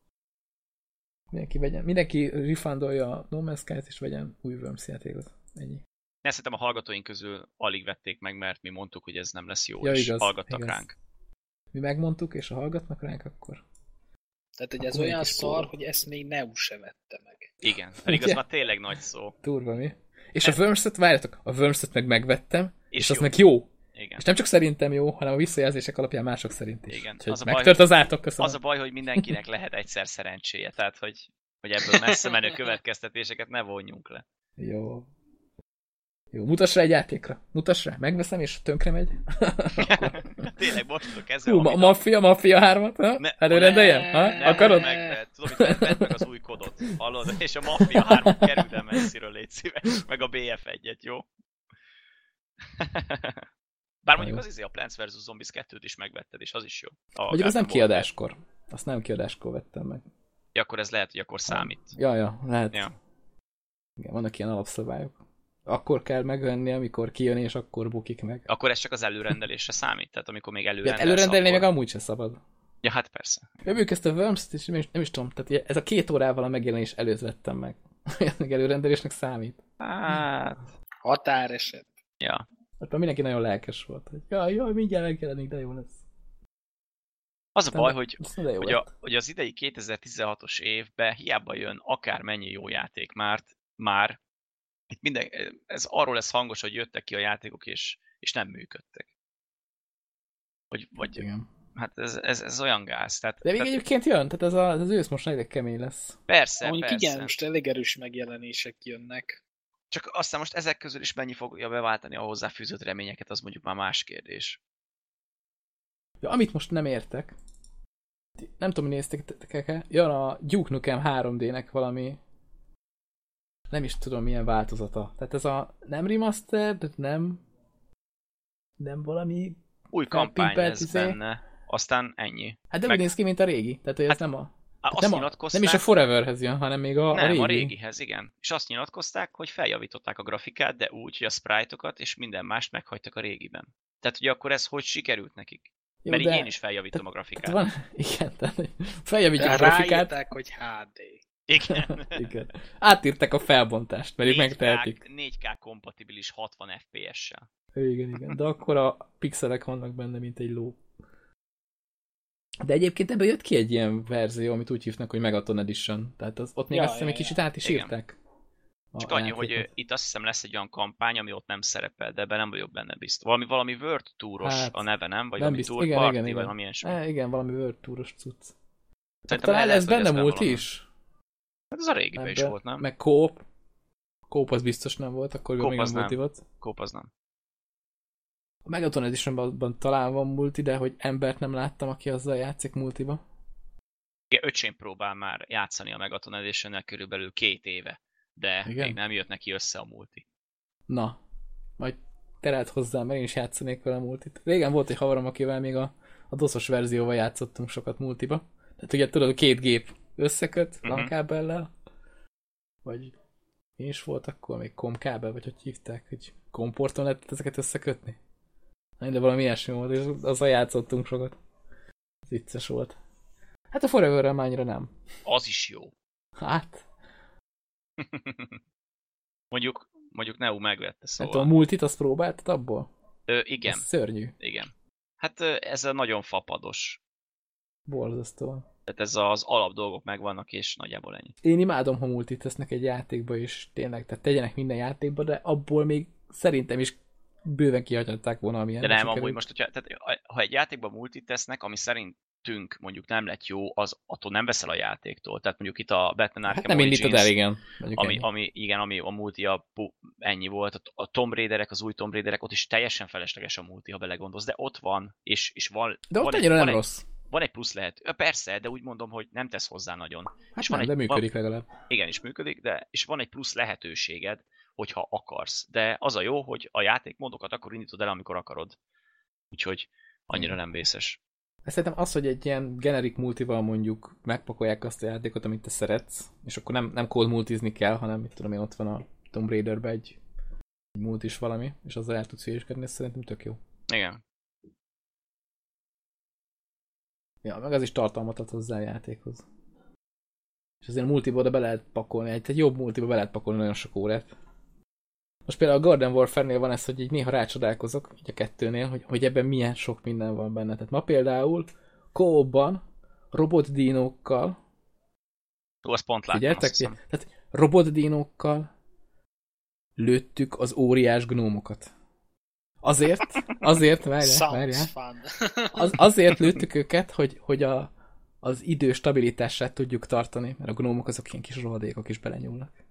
Mindenki refundolja a No Man's Sky-t, és vegyen új Worms játékot. Ennyi.
Szerintem a hallgatóink közül alig vették meg, mert mi mondtuk, hogy ez nem lesz jó,
ja,
és
igaz,
hallgattak
igaz.
ránk.
Mi megmondtuk, és ha hallgatnak ránk, akkor...
Tehát, hogy ez olyan szar, hogy ezt még Neu se vette meg.
Igen, pedig az már tényleg nagy szó.
Durva mi? És a Worms-et, várjátok, a Worms-et meg megvettem, és az
jó.
meg jó.
Igen.
És nem csak szerintem jó, hanem a visszajelzések alapján mások szerint is.
Igen.
Az megtört az átok, köszönöm.
Az a baj, hogy mindenkinek lehet egyszer szerencséje, tehát hogy ebből messze menő következtetéseket ne vonjunk le.
Jó. Jó, mutass rá egy játékra. Mutass rá, megveszem, és tönkre megy.
Tényleg, mostantól kezdve.
Mafia 3-at? Előrendeljem? Akarod?
Tudom, hogy vedd meg az új kodot. Hallod? És a Mafia 3 kerüld el messziről, légy szíves. Meg a BF1-et, jó? Bár mondjuk az a Plants vs. Zombies 2-t is megvetted, és az is jó.
Mondjuk az nem kiadáskor. Azt nem kiadáskor vettem meg.
Ja, akkor ez lehet, hogy akkor számít.
Ja, lehet.
Ja.
Igen, vannak ilyen alapszabályok. Akkor kell megvenni, amikor kijön, és akkor bukik meg.
Akkor ez csak az előrendelésre számít? Tehát amikor még előrendelsz,
ja, előrendelni
akkor...
meg amúgy se szabad.
Ja, hát persze.
Jövők ezt a Worms-t, és nem is tudom, tehát ez a 2 órával a megjelenés előtt vettem meg. Még előrendelésnek számít.
Hát...
Határeset.
Ja.
Hát mindenki nagyon lelkes volt, hogy jaj, mindjárt megjelenik, de jó lesz.
Az a baj, hogy az idei 2016-os évben hiába jön akármennyi jó játék már itt ez arról lesz hangos, hogy jöttek ki a játékok, és nem működtek. Vagy
igen.
Hát ez olyan gáz.
De még egyébként jön, tehát az ősz most elég kemény lesz.
Persze,
mondjuk
persze.
Igen, most elég erős megjelenések jönnek.
Csak aztán most ezek közül is mennyi fogja beváltani a hozzáfűzött reményeket, az mondjuk már más kérdés.
Ja, amit most nem értek, nem tudom, hogy néztek-e, jön a Duke Nukem 3D-nek valami, nem is tudom milyen változata. Tehát ez a nem remaster, de nem valami...
Új kampány lesz benne, aztán ennyi.
Hát de úgy néz ki, mint a régi. Tehát hogy ez nem a... Nem is a Foreverhez jön, hanem még a régi.
Nem, a régihez, igen. És azt nyilatkozták, hogy feljavították a grafikát, de úgy, hogy a sprite-okat és minden mást meghagytak a régiben. Tehát ugye akkor ez hogy sikerült nekik? Jó, mert így én is feljavítom a grafikát.
Igen, tehát feljavítjuk a grafikát.
Ráírták, hogy HD.
Igen.
Igen. Átírták a felbontást, mert 4K, megtehetik.
4K kompatibilis 60 FPS-sel.
Igen. De akkor a pixelek vannak benne, mint egy ló. De egyébként ebből jött ki egy ilyen verzió, amit úgy hívnak, hogy Megaton Edition. Tehát ott még azt hiszem, egy kicsit át is írták.
Csak annyi, hogy itt azt hiszem lesz egy olyan kampány, ami ott nem szerepel, de ebben nem vagyok benne biztos. Valami World Touros a neve, nem? Vagy valami Tour Party, vagy valami ilyesmi.
Igen, valami World Touros cucc.
Talán
ez benne multi is?
Hát ez a régiben is volt, nem?
Meg Coop. Coop az biztos nem volt, akkor még nem multi volt.
Coop az nem.
A Megaton Editionban talán van multi, de hogy embert nem láttam, aki azzal játszik multiba.
Igen, öcsém próbál már játszani a Megaton Edition-nel körülbelül 2 éve, de még nem jött neki össze a multi.
Na, majd terelt hozzám, mert én is játszanék vele multit. Régen volt egy haverom, akivel még a DOS-os verzióval játszottunk sokat multiba. Tehát ugye tudod, 2 gép összeköt LAN-kábellel, vagy én is volt akkor még COM-kábel, vagy hogy hívták, hogy COM-porton lehetett ezeket összekötni. De valami ilyesmi volt, és azzal játszottunk sokat. Ez vicces volt. Hát a Forever-rel már annyira nem.
Az is jó.
Hát.
mondjuk Neu megvette, szóval.
Hát a multit azt próbáltad abból?
Igen.
Ez szörnyű.
Igen. Hát ez a nagyon fapados.
Borzasztó.
Tehát ez az alap dolgok megvannak, és nagyjából ennyi.
Én imádom, ha multit tesznek egy játékba, és tényleg, tehát tegyenek minden játékba, de abból még szerintem is bőven kihagyhatták volna, amilyen.
De nem, amúgy most, hogyha, tehát, ha egy játékban multit tesznek, ami szerintünk mondjuk nem lett jó, az attól nem veszel a játéktól. Tehát mondjuk itt a Batman Arkham
Hát nem indítod el, igen.
Ami a multi ennyi volt. A Tomb Raiderek, az új Tomb Raiderek, ott is teljesen felesleges a multi, ha belegondolsz, de ott van, és van...
De ott annyira nem rossz.
Van egy plusz lehet. Persze, de úgy mondom, hogy nem tesz hozzá nagyon.
Hát és nem, de működik legalább.
Igen, is működik, és van egy plusz lehetőséged, hogyha akarsz. De az a jó, hogy a játékmódokat akkor indítod el, amikor akarod. Úgyhogy annyira nem vészes.
Szerintem az, hogy egy ilyen generik multival mondjuk megpakolják azt a játékot, amit te szeretsz, és akkor nem cold multizni kell, hanem mit tudom én, ott van a Tomb Raiderbe egy multis valami, és azzal el tudsz hülyéskedni, ez szerintem tök jó.
Igen.
Ja, meg az is tartalmat ad hozzá a játékhoz. És azért a multiba oda be lehet pakolni, egy jobb multiba be lehet pakolni nagyon sok órát. Most például a Garden Warfare-nél van ez, hogy így néha rácsodálkozok, így a kettőnél, hogy ebben milyen sok minden van benne. Tehát ma például co-opban robotdínókkal,
azt pont láttam,
figyeltek? Tehát robotdínókkal lőttük az óriás gnómokat. Azért, várjál. Azért lőttük őket, hogy az idő stabilitását tudjuk tartani, mert a gnómok azok ilyen kis rohadékok is belenyúlnak.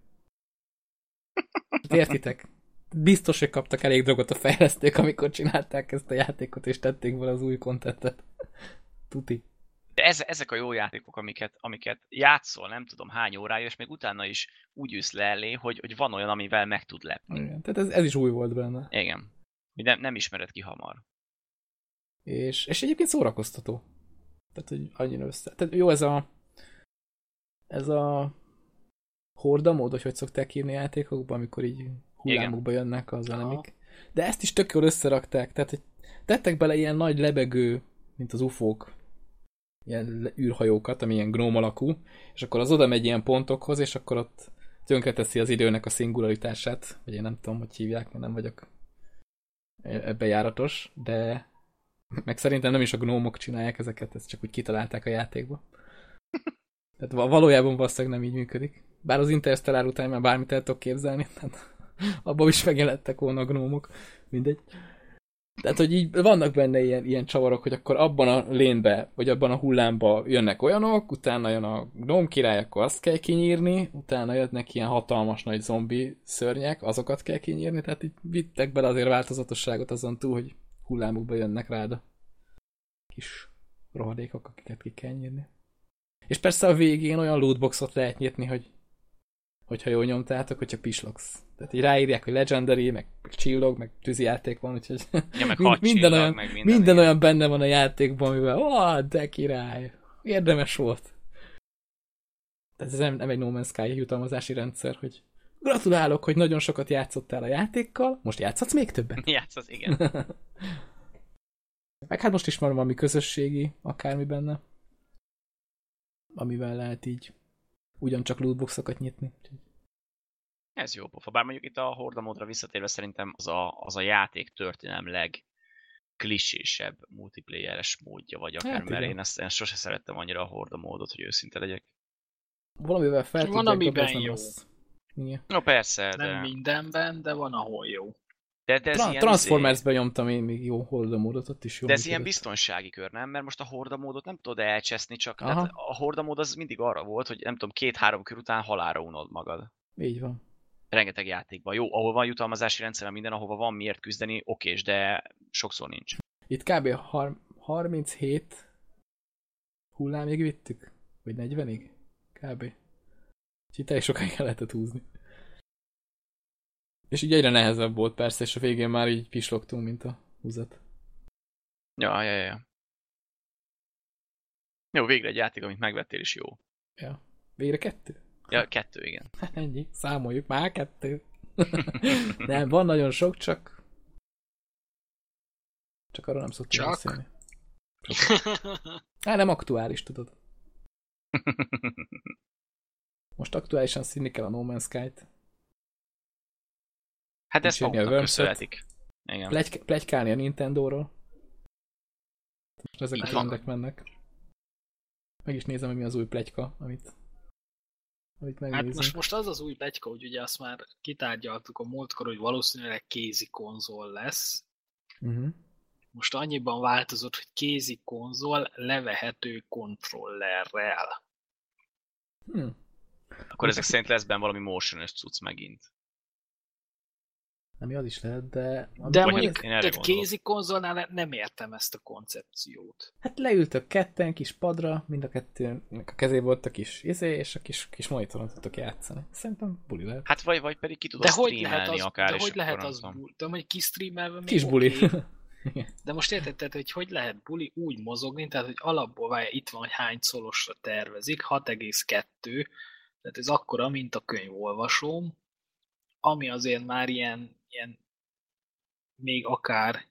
Értitek? Biztos, hogy kaptak elég drogot a fejlesztők, amikor csinálták ezt a játékot, és tették vele az új contentet. Tuti.
De ezek a jó játékok, amiket játszol, nem tudom hány órája, és még utána is úgy ülsz le elé, hogy van olyan, amivel meg tud lepni.
Igen, tehát ez is új volt benne.
Igen. Nem ismered ki hamar.
És egyébként szórakoztató. Tehát, hogy annyira össze. Tehát jó ez a horda mód, hogy szokták írni játékokban, amikor így hullámokba jönnek az elemik. De ezt is tök jól összerakták. Tehát, hogy tettek bele ilyen nagy lebegő, mint az ufók, ilyen űrhajókat, ami ilyen gnóm alakú, és akkor az oda megy ilyen pontokhoz, és akkor ott tönkreteszi az időnek a szingularitását, vagy én nem tudom, hogy hívják, mert nem vagyok ebbe járatos, de meg szerintem nem is a gnómok csinálják ezeket, ezt csak úgy kitalálták a játékba. Tehát valójában valószínűleg nem így működik. Bár az Interstellar után már bármit el tudok képzelni, tehát abban is megjelentek volna a gnómok, mindegy. Tehát, hogy így vannak benne ilyen csavarok, hogy akkor abban a lénbe, vagy abban a hullámba jönnek olyanok, utána jön a gnóm király, akkor azt kell kinyírni, utána jönnek ilyen hatalmas nagy zombi szörnyek, azokat kell kinyírni, tehát így vittek bele azért változatosságot azon túl, hogy hullámokba jönnek rád a kis rohadékok, akiket ki kell nyírni. És persze a végén olyan lootboxot lehet nyitni, hogyha jól nyomtátok, hogyha pislogsz. Tehát így ráírják, hogy Legendary, meg csillog, meg tűzijáték van, úgyhogy
ja, meg
minden olyan benne van a játékban, amivel de király, érdemes volt. Tehát ez nem egy No Man's Sky jutalmazási rendszer, hogy gratulálok, hogy nagyon sokat játszottál a játékkal, most játszhatsz még többet?
Játszhatsz, igen.
Meg hát most is van valami közösségi, akármi benne, amivel lehet így ugyancsak lootboxokat nyitni.
Ez jó pofa. Bár mondjuk itt a Horda módra visszatérve szerintem az a játék történelem legklisésebb multiplayeres módja, vagy akár, hát, mert én ezt sose szerettem annyira a Horda módot, hogy őszinte legyek.
Valamivel fel
van, amiben jó.
No persze,
nem mindenben, de van, ahol jó.
De
Transformers-ben nyomtam én még jó Horda módot, ott is jó.
De ez ilyen biztonsági kör, nem? Mert most a Horda módot nem tudod elcseszni, csak a Horda mód az mindig arra volt, hogy nem tudom, 2-3 kör után halálra unod magad.
Így van.
Rengeteg játékban. Jó, ahol van jutalmazási rendszer, minden, ahova van miért küzdeni, okés, de sokszor nincs.
Itt kb. 37 hullámig vittük? Vagy 40-ig? Kb. Úgyhogy teljesen sokáig el lehetett húzni. És így egyre nehezebb volt persze, és a végén már így pislogtunk, mint a húzat.
Ja. Jó, végre egy játék, amit megvettél is jó.
Ja. Végre 2?
Ja, 2, igen.
Ennyi. Számoljuk. Már 2. Nem, van nagyon sok, csak arra nem szoktunk beszélni. Nem aktuális, tudod. Most aktuálisan színni kell a No Man's Sky-t.
Hát ezt maguknak köszönhetik.
Pletykálni a Nintendo-ról. Most ezek a trendek mennek. Meg is nézem, hogy mi az új pletyka, amit megnézünk.
Hát most az az új pletyka, hogy ugye azt már kitárgyaltuk a múltkor, hogy valószínűleg kézi konzol lesz. Most annyiban változott, hogy kézi konzol levehető kontrollerrel.
Akkor ezek szerint lesz benne valami motion-ös cucc megint.
Ami az is lehet, de...
De mondjuk kézi konzolnál nem értem ezt a koncepciót.
Hát leültök ketten kis padra, mind a kettőnek a kezében volt a kis és a kis monitoron tudtok játszani. Szerintem buli lehet.
Hát vagy pedig ki tudod streamelni akár.
De hogy lehet az buli? De hogy kistreamelve
kis buli.
De most érted, hogy lehet buli úgy mozogni, tehát hogy alapból várja, itt van, hogy hány szolosra tervezik, 6,2, tehát ez akkora, mint a könyvolvasóm, ami azért már ilyen még akár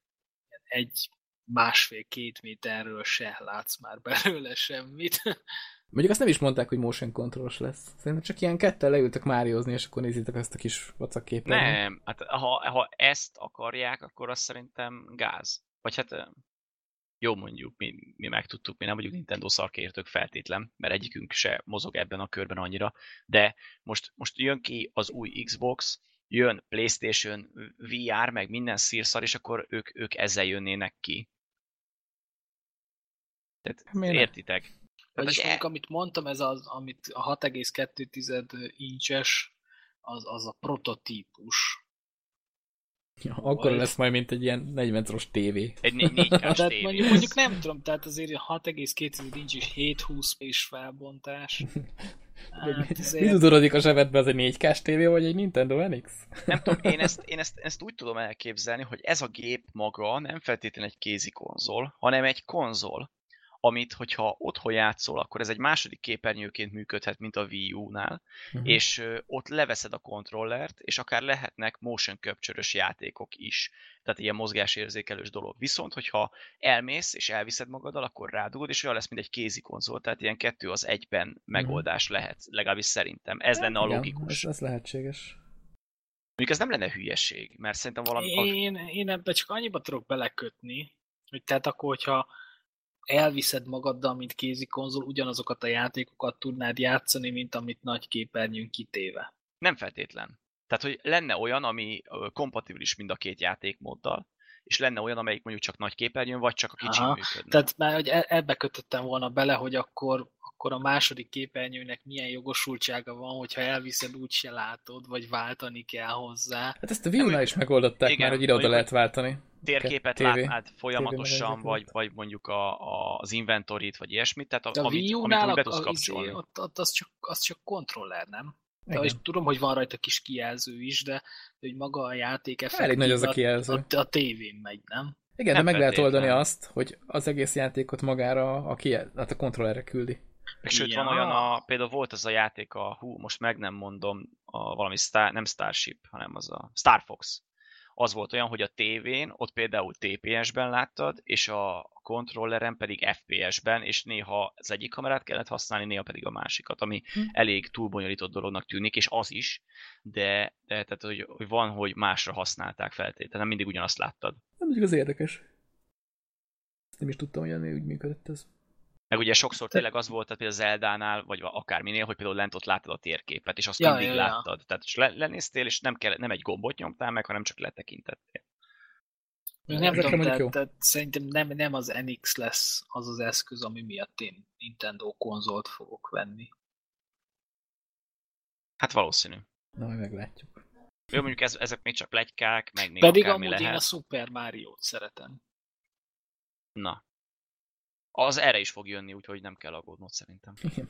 1,5-2 méterről se látsz már belőle semmit.
Mondjuk azt nem is mondták, hogy motion controlos lesz. Szerintem csak ilyen ketten leültek Máriozni, és akkor nézitek ezt a kis vacakképet.
Nem, hát ha ezt akarják, akkor azt szerintem gáz. Vagy hát jó, mondjuk, mi megtudtuk, mi nem vagyunk Nintendo szarkértők feltétlen, mert egyikünk se mozog ebben a körben annyira, de most jön ki az új Xbox, jön PlayStation, VR, meg minden szírszar, és akkor ők ezzel jönnének ki. Tehát értitek?
Vagyis mondjuk, amit mondtam, ez az, amit a 6,2 incses, az a prototípus.
Ja, akkor lesz majd, mint egy ilyen 40 szoros tévé.
Egy 4K-s tévé.
Mondjuk nem tudom, tehát azért 6,2 inch és 720p-s felbontás.
Mi tudorodik a zsebedbe, az egy 4K-s tévé, vagy egy Nintendo NX?
Nem tudom, én ezt úgy tudom elképzelni, hogy ez a gép maga nem feltétlenül egy kézi konzol, hanem egy konzol, amit, hogyha otthon játszol, akkor ez egy második képernyőként működhet, mint a Wii U-nál, és ott leveszed a kontrollert, és akár lehetnek motion capture-ös játékok is. Tehát ilyen mozgásérzékelős dolog. Viszont, hogyha elmész, és elviszed magaddal, akkor rádugod, és olyan lesz, mint egy kézi konzol, tehát ilyen 2 az 1-ben megoldás lehet, legalábbis szerintem. Ez lenne a logikus.
Ez lehetséges.
Mondjuk ez nem lenne hülyeség, mert szerintem valami...
Én ebbe csak annyiba tudok belekötni, hogy tehát akkor, hogyha elviszed magaddal, mint kézi konzol, ugyanazokat a játékokat tudnád játszani, mint amit nagy képernyőn kitéve.
Nem feltétlen. Tehát, hogy lenne olyan, ami kompatibilis mind a két játékmóddal, és lenne olyan, amelyik mondjuk csak nagy képernyőn, vagy csak a kicsin működne.
Tehát már hogy ebbe kötöttem volna bele, hogy akkor a második képernyőnek milyen jogosultsága van, hogyha elviszed, úgyse látod, vagy váltani kell hozzá.
Hát ezt a Wii U-nál is megoldották már, hogy ide-oda lehet váltani.
Térképet látnád folyamatosan, vagy mondjuk az inventorit, vagy ilyesmit, tehát
a
amit úgy be tudsz kapcsolni.
Ott az csak kontroller, nem? De tudom, hogy van rajta kis kijelző is, de hogy maga a játék effektív,
elég nagy az a kijelző.
A tévén megy, nem?
Igen, nem de meg lehet oldani azt, hogy az egész játékot magára a kontrollerre küldi.
Meg sőt, van olyan, például volt az a játék, most meg nem mondom, valami nem Starship, hanem az a Star Fox. Az volt olyan, hogy a tévén, ott például TPS-ben láttad, és a kontrolleren pedig FPS-ben, és néha az egyik kamerát kellett használni, néha pedig a másikat, ami elég túlbonyolított dolognak tűnik, és az is, de tehát, hogy van, hogy másra használták feltétlenül, nem mindig ugyanazt láttad.
Nem, az érdekes. Nem is tudtam, hogy úgy működött ez.
Meg ugye sokszor tényleg az volt, tehát például a Zeldánál, vagy akárminél, hogy például lent ott láttad a térképet, és azt mindig láttad. Tehát lenéztél, és nem egy gombot nyomtál meg, hanem csak letekintettél.
Nem tudom, tehát szerintem nem az NX lesz az az eszköz, ami miatt én Nintendo konzolt fogok venni.
Hát valószínű.
Na, majd meglátjuk.
Jó, mondjuk ezek még csak pletykák, meg még
pedig
akármi
amúgy
lehet.
Én a Super Mario-t szeretem.
Na. Az erre is fog jönni, úgyhogy nem kell aggódnod szerintem.
Igen,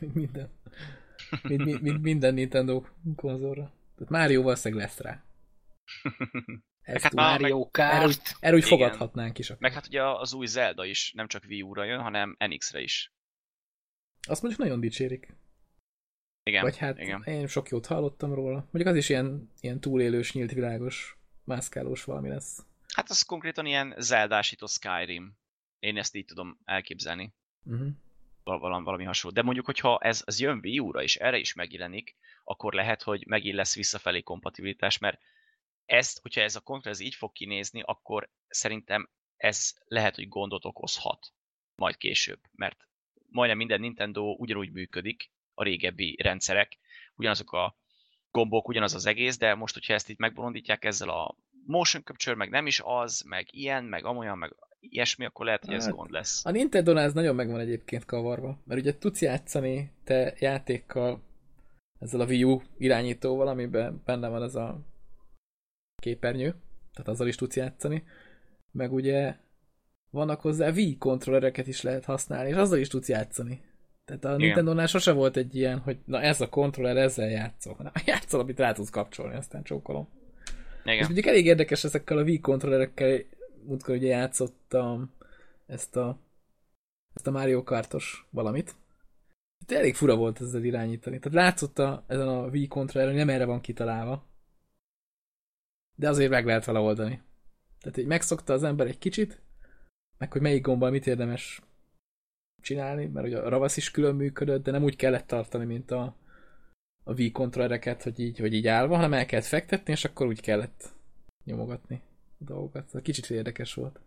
minden Nintendo konzolra. Tehát Mario valószínűleg lesz rá.
Hát Mario Kart.
Erről úgy fogadhatnánk is.
Meg hát ugye az új Zelda is nem csak Wii U-ra jön, hanem NX-re is.
Azt mondjuk nagyon dicsérik.
Igen.
Vagy hát
igen.
Én sok jót hallottam róla. Mondjuk az is ilyen túlélős, nyílt világos, mászkálós valami lesz.
Hát az konkrétan ilyen Zeldásító Skyrim. Én ezt így tudom elképzelni. Valami hasonló. De mondjuk, hogyha ez jön Wii U-ra, és erre is megjelenik, akkor lehet, hogy megint lesz visszafelé kompatibilitás, mert hogyha ez a kontroll így fog kinézni, akkor szerintem ez lehet, hogy gondot okozhat majd később, mert majdnem minden Nintendo ugyanúgy működik, a régebbi rendszerek, ugyanazok a gombok, ugyanaz az egész, de most, hogyha ezt itt megbolondítják ezzel a motion capture, meg nem is az, meg ilyen, meg amolyan, meg ilyesmi, akkor lehet, hogy ez gond lesz.
A Nintendo-nál ez nagyon megvan egyébként kavarva, mert ugye tudsz játszani te játékkal ezzel a Wii U irányítóval, amiben benne van ez a képernyő, tehát azzal is tudsz játszani, meg ugye vannak hozzá Wii kontrollereket is lehet használni, és azzal is tudsz játszani. Tehát a Nintendo-nál sose volt egy ilyen, hogy na ez a kontroller, ezzel játszol, hanem játszol, amit rá tudsz kapcsolni, aztán csókolom.
Igen.
És mondjuk elég érdekes ezekkel a Wii kontrollerekkel, múltkor ugye játszottam ezt a Mario Kartos valamit. Itt elég fura volt ezzel irányítani. Tehát látszott ezen a Wii kontrolleren, hogy nem erre van kitalálva. De azért meg lehet vele oldani. Tehát így megszokta az ember egy kicsit, meg hogy melyik gombbal mit érdemes csinálni, mert ugye a ravasz is külön működött, de nem úgy kellett tartani, mint a Wii kontrollereket, hogy így állva, hanem el kellett fektetni, és akkor úgy kellett nyomogatni a dolgokat. Kicsit érdekes volt.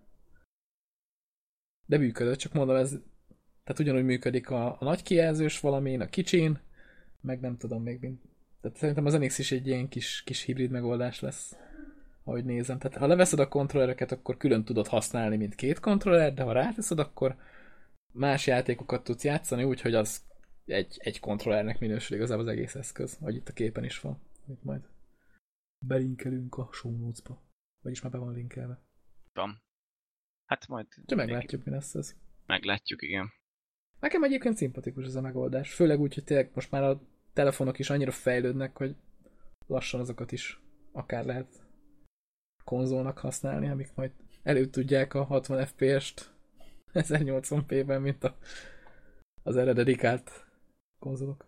De működött, csak mondom, ez tehát ugyanúgy működik a nagy kijelzős valamin, a kicsin, meg nem tudom még mind. Tehát szerintem az NX is egy ilyen kis hibrid megoldás lesz, ahogy nézem. Tehát ha leveszed a kontrollereket, akkor külön tudod használni, mint két kontroller, de ha ráteszed, akkor más játékokat tudsz játszani, úgyhogy az egy kontrollernek minősül igazából az egész eszköz, ahogy itt a képen is van, amit majd belinkelünk a show notes-ba. Vagyis már be van linkelve.
Van. Hát majd...
Csak meglátjuk, mi lesz ez.
Meglátjuk, igen.
Nekem egyébként szimpatikus ez a megoldás. Főleg úgy, hogy tényleg most már a telefonok is annyira fejlődnek, hogy lassan azokat is akár lehet konzolnak használni, amik majd elő tudják a 60 FPS-t 1080p-ben, mint az erre dedikált konzolok.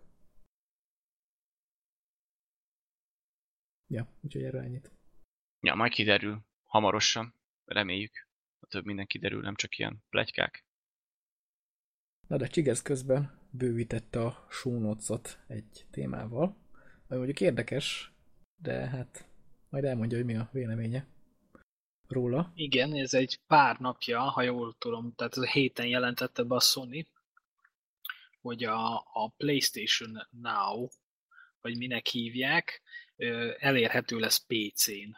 Ja, úgyhogy erről ennyit.
Ja, majd kiderül. Hamarosan. Reméljük. A több minden kiderül, nem csak ilyen pletykák.
Na de Csigez közben bővítette a show notes-ot egy témával, ami mondjuk érdekes, de hát majd elmondja, hogy mi a véleménye róla.
Igen, ez egy pár napja, ha jól tudom, tehát ez a héten jelentette be a Sony, hogy a PlayStation Now, vagy minek hívják, elérhető lesz PC-n.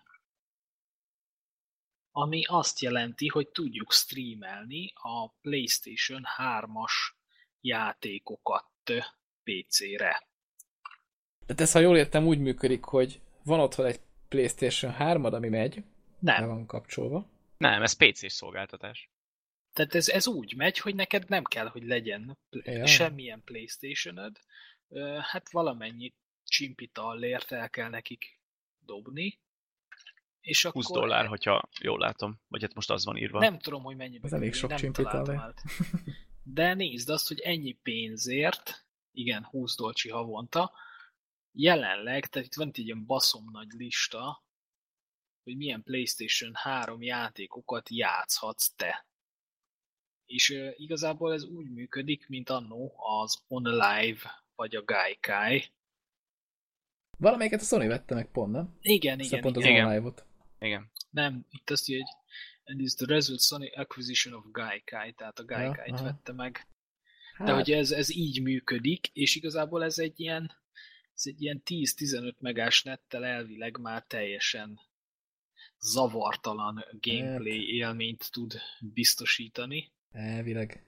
Ami azt jelenti, hogy tudjuk streamelni a PlayStation 3-as játékokat PC-re.
Tehát ez, ha jól értem, úgy működik, hogy van otthon egy PlayStation 3-ad, ami megy,
nem.
Le van kapcsolva.
Nem, ez PC-s szolgáltatás.
Tehát ez úgy megy, hogy neked nem kell, hogy legyen semmilyen PlayStation-öd. Hát valamennyi csimpitallért el kell nekik dobni. És akkor
$20, hogyha jól látom. Vagy hát most az van írva.
Nem tudom, hogy mennyibe.
Ez elég sok csimpitallért.
De nézd azt, hogy ennyi pénzért, igen, $20 havonta, jelenleg, tehát itt van egy ilyen baszom nagy lista, hogy milyen PlayStation 3 játékokat játszhatsz te. És igazából ez úgy működik, mint annó az OnLive vagy a Gaikai.
Valamelyiket a Sony vette meg pont, nem?
Igen.
Pont az
igen.
OnLive-ot.
Igen.
Nem, itt azt írja, hogy and is the result Sony acquisition of Gaikai, tehát a Gaikait vette meg. De hogy ez így működik, és igazából ez egy ilyen 10-15 megás nettel elvileg már teljesen zavartalan gameplay élményt tud biztosítani.
Elvileg.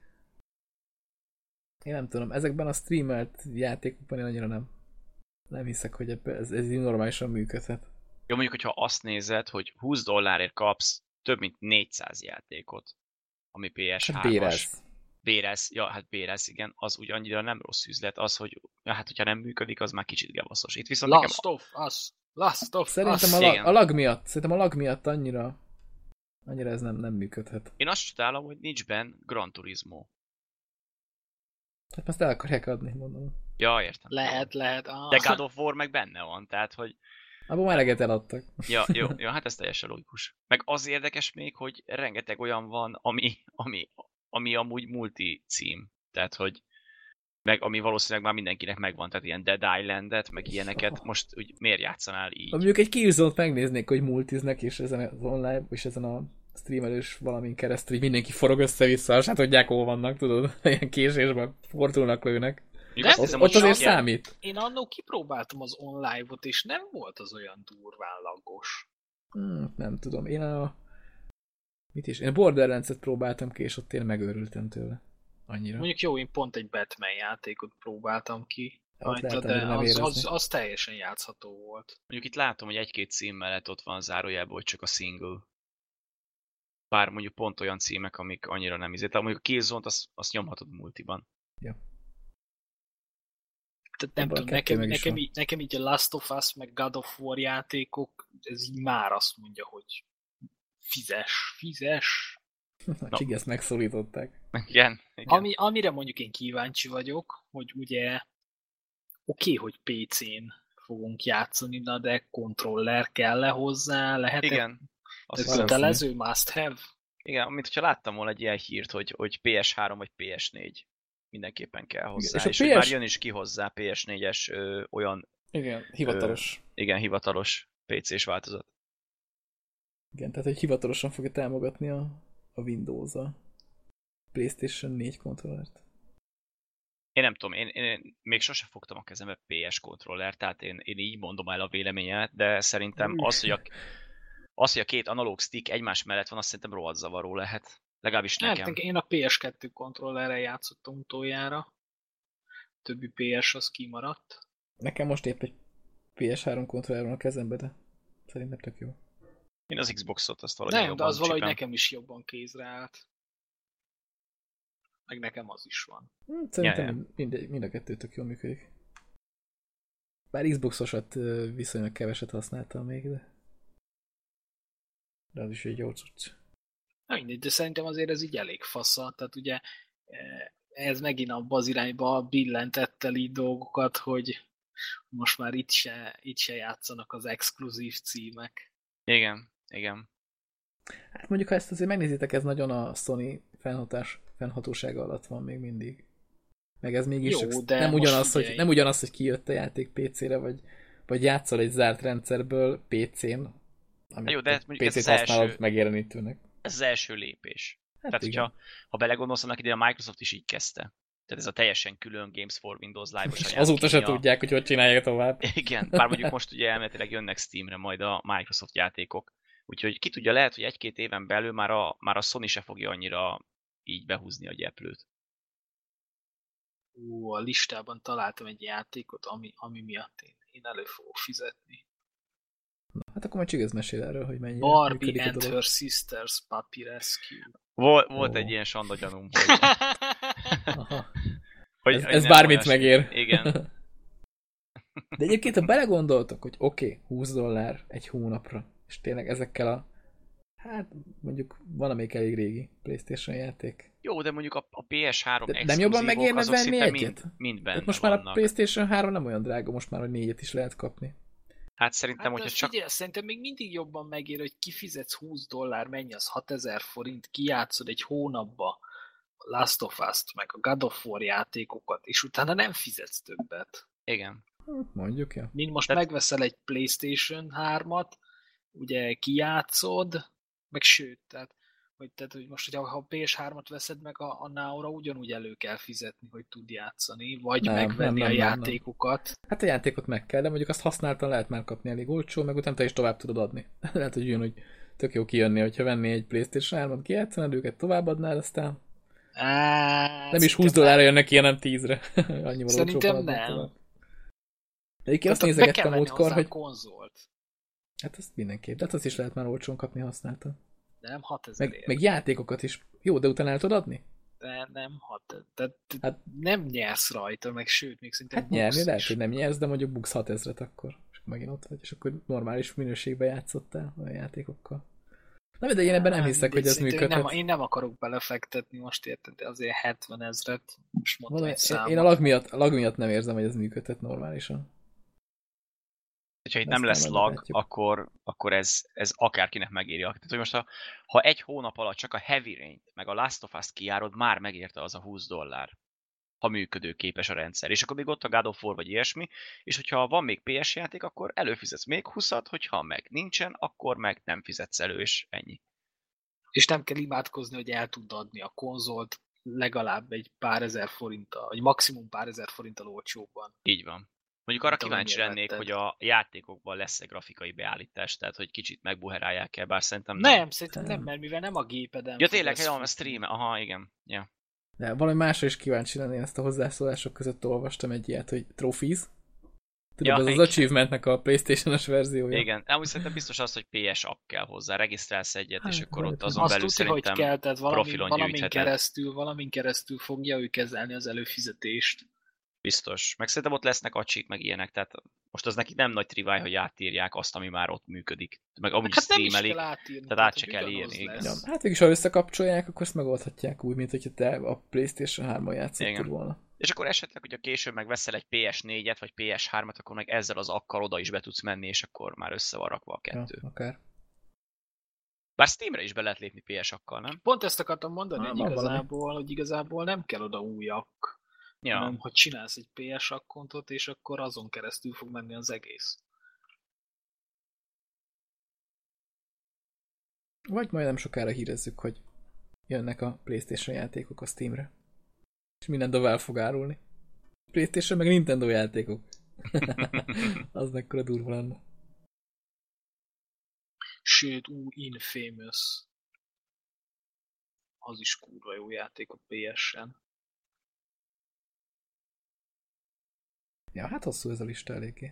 Én nem tudom, ezekben a streamelt játékokban én annyira nem hiszek, hogy ez normálisan működhet.
Jó, mondjuk, hogyha azt nézed, hogy $20 kapsz több mint 400 játékot, ami PS3-as.
Hát bérez.
Bérez, igen, az úgy annyira nem rossz üzlet, az, hogy hát, hogyha nem működik, az már kicsit gevaszos. Itt viszont
Last of Us.
Szerintem a lag miatt annyira ez nem működhet.
Én azt csodálom, hogy nincs benne Gran Turismo.
Hát ezt el akarják adni, mondom.
Ja, értem.
Lehet.
De God of War meg benne van, tehát, hogy...
Abban már eleget eladtak.
Jó, hát ez teljesen logikus. Meg az érdekes még, hogy rengeteg olyan van, ami amúgy multi cím. Tehát, hogy meg ami valószínűleg már mindenkinek megvan, tehát ilyen Dead Island-et, meg ilyeneket, most úgy miért játszanál így?
Mondjuk egy Killzone-t megnéznék, hogy multiznek, és ezen az online, és ezen a streamelős valamin keresztül, így mindenki forog össze-vissza, és hát tudják, hol vannak, tudod? Ilyen késésben fordulnak, lőnek. Ott azért számít.
Én annó kipróbáltam az online-ot, és nem volt az olyan durván laggos.
Nem tudom. Én a Borderlands-et próbáltam ki, és ott én megőrültem tőle. Annyira.
Mondjuk jó, én pont egy Batman játékot próbáltam ki,
Lehet,
de az teljesen játszható volt.
Mondjuk itt látom, hogy egy-két cím mellett ott van zárójában, hogy csak a single. Bár mondjuk pont olyan címek, amik annyira nem izé. Tehát mondjuk a Killzone-t azt nyomhatod multiban.
Ja.
Tehát nem tudom, nekem így a Last of Us, meg God of War játékok, ez így már azt mondja, hogy fizes.
A Csigezt megszólították.
Igen.
Amire mondjuk én kíváncsi vagyok, hogy ugye oké, hogy PC-n fogunk játszani, de kontroller kell-e hozzá, lehet-e?
Igen.
Ez kötelező, must have?
Igen, mint hogyha láttam volna egy ilyen hírt, hogy PS3 vagy PS4 mindenképpen kell hozzá. És hogy már jön is ki hozzá PS4-es olyan...
Igen, hivatalos.
Igen, hivatalos PC-s változat.
Igen, tehát hogy hivatalosan fogja támogatni a Windows a PlayStation 4 kontrollert.
Én nem tudom, én még sose fogtam a kezembe PS kontroller, tehát én így mondom el a véleményemet, de szerintem az, hogy a két analóg stick egymás mellett van, azt szerintem rohadt zavaró lehet. Legalábbis nekem.
Hát én a PS2 kontrollerrel játszottam utoljára. A többi PS az kimaradt.
Nekem most épp egy PS3 kontroller van a kezembe, de szerintem tök jó.
Én az Xboxot azt valahogy
nem, de az valahogy nekem is jobban kézre állt. Meg nekem az is van.
Szerintem mind a kettő tök jól működik. Bár Xboxosat viszonylag keveset használtam még, de az is egy jó cucc.
Mindegy, de szerintem azért ez így elég fasza. Tehát ugye ez megint abba az irányba billentett el így dolgokat, hogy most már itt se játszanak az exkluzív címek.
Igen.
Hát mondjuk, ha ezt azért megnézitek, ez nagyon a Sony fennhatósága alatt van még mindig. Meg ez mégis
jó,
nem ugyanaz, hogy kijött a játék PC-re, vagy játszol egy zárt rendszerből PC-n, amit
jó, de
PC-t használod megjelenítőnek.
Ez az első lépés.
Hát
tehát, hogyha belegondolsz, annak idején a Microsoft is így kezdte. Tehát ez a teljesen külön Games for Windows Live-os
ajánlkénya. Azóta se tudják, hogy csinálják tovább.
Igen, bár mondjuk most ugye elméletileg jönnek Steamre majd a Microsoft játékok. Úgyhogy ki tudja, lehet, hogy egy-két éven belül már a Sony se fogja annyira így behúzni a gyeplőt.
A listában találtam egy játékot, ami miatt én elő fogok fizetni.
Na, hát akkor majd Csigez mesél erről, hogy mennyire
Barbie and Her Sisters Puppy Rescue.
Volt egy ilyen sanda gyanúm, hogy...
ez bármit megér.
Igen.
De egyébként, ha belegondoltok, hogy oké, $20 egy hónapra, és tényleg ezekkel hát mondjuk van amelyik elég régi PlayStation játék.
Jó, de mondjuk a PS3
nem jobban megérne venni egyet?
Mind benne
most már a PlayStation 3 nem olyan drága, most már, hogy 4-et is lehet kapni.
Hát szerintem, hogyha csak...
Figyelj, szerintem még mindig jobban megér, hogy kifizetsz $20, mennyi az 6000 forint, kijátszod egy hónapba a Last of Us-t, meg a God of War játékokat, és utána nem fizetsz többet.
Igen.
Mondjuk, ja.
Mint most megveszel egy PlayStation 3-at, ugye kijátszod, meg sőt, tehát hogy most, hogyha a PS3-at veszed meg a Now-ra, ugyanúgy elő kell fizetni, hogy tud játszani, vagy megvenni a játékokat.
Nem. Hát a játékot meg kell, de mondjuk azt használtan lehet már kapni elég olcsó, meg utána te is tovább tudod adni. Lehet, hogy ugyanúgy tök jó kijönni, hogyha venni egy PlayStation 3-at, kijátszanád őket, továbbadnál, aztán nem is $20 jönnek ki, hanem 10-re. Annyival
szerintem nem.
De egyébként azt nézegettem múltkor, hogy...
konzolt.
Hát azt mindenképp, de azt is lehet már olcsón kapni használtan.
Nem 6000
meg játékokat is. Jó, de utána el tudod adni?
De nem 6000. Tehát nem nyersz rajta, meg sőt, még szerintem
hát nyerni lehet, hogy nem nyersz, de mondjuk buksz 6000-et akkor. És akkor megint ott vagy, és akkor normális minőségben játszottál a játékokkal. Na, de én ebben nem hiszek, hogy ez működhet.
Én nem akarok belefektetni most, érted, de azért 70 000 most mondtam egy számot.
Én a lag miatt nem érzem, hogy ez működhet normálisan.
Ha itt nem lesz lag, akkor ez akárkinek megéri. Tehát, hogy most ha egy hónap alatt csak a Heavy Rain-t, meg a Last of Us-t kijárod, már megérte az a $20, ha működőképes a rendszer. És akkor még ott a God of War vagy ilyesmi, és hogyha van még PS játék, akkor előfizetsz még 20-at, hogyha meg nincsen, akkor meg nem fizetsz elő, és ennyi.
És nem kell imádkozni, hogy el tud adni a konzolt legalább egy pár ezer forinttal, vagy maximum pár ezer forinttal olcsóbban.
Így van. Mondjuk arra
Mint
kíváncsi
amennyire
lennék,
vetted.
hogy a játékokban lesz-e grafikai beállítás, tehát hogy kicsit megbuherálják el, bár szerintem
Nem, szerintem nem,
Nem.
mert mivel nem a gépeden
Ja
fog
tényleg,
ez
jó, a
futni.
stream, aha, igen. Ja.
De valami másra is kíváncsi lenni, ezt a hozzászólások között olvastam egy ilyet, hogy trophies. Tudod,
Ja,
az az
igen.
achievementnek a PlayStation-os verziója.
Igen, amúgy szerintem biztos az, hogy PS app kell hozzá, regisztrálsz egyet, és
Hát,
akkor ott
lehet,
azon
Azt
belül
tudja, hogy
szerintem
kell, tehát
profilon gyűjtheted.
valamin keresztül fogja ő kezelni az előfizetést.
Biztos. Meg szerintem ott lesznek acsik, meg ilyenek, tehát most az neki nem nagy triváj, hogy átírják azt, ami már ott működik. Meg amúgy
Hát nem is
streamelik,
kell átírni.
tehát át se
hogy
kell
ugyanaz
írni, igen.
Ja,
lesz.
hát végülis, ha összekapcsolják, akkor ezt megoldhatják úgy, mint hogyha te a PlayStation 3-mal játszottad
Igen.
volna.
És akkor esetleg, hogyha később meg veszel egy PS4-et, vagy PS3-at, akkor meg ezzel az akkal oda is be tudsz menni, és akkor már össze van rakva a
Ja,
kettő.
akár.
Bár Steamre is be lehet lépni PS-akkal, nem?
Pont ezt akartam mondani,
Ah,
hogy
van valami.
igazából nem kell oda újak,
Ja.
hanem hogy csinálsz egy PS akkontot, és akkor azon keresztül fog menni az egész.
Vagy majd nem sokára hírezzük, hogy jönnek a PlayStation játékok a Steamre. És minden dovel fog árulni. PlayStation meg Nintendo játékok. Az mekkora durva lenne.
Sőt, Infamous. Az is kurva jó játék a PS-en.
Ja, hát hosszú ez a lista eléggé.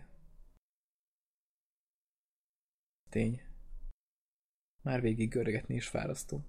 Tény. Már végig görgetni is fárasztó.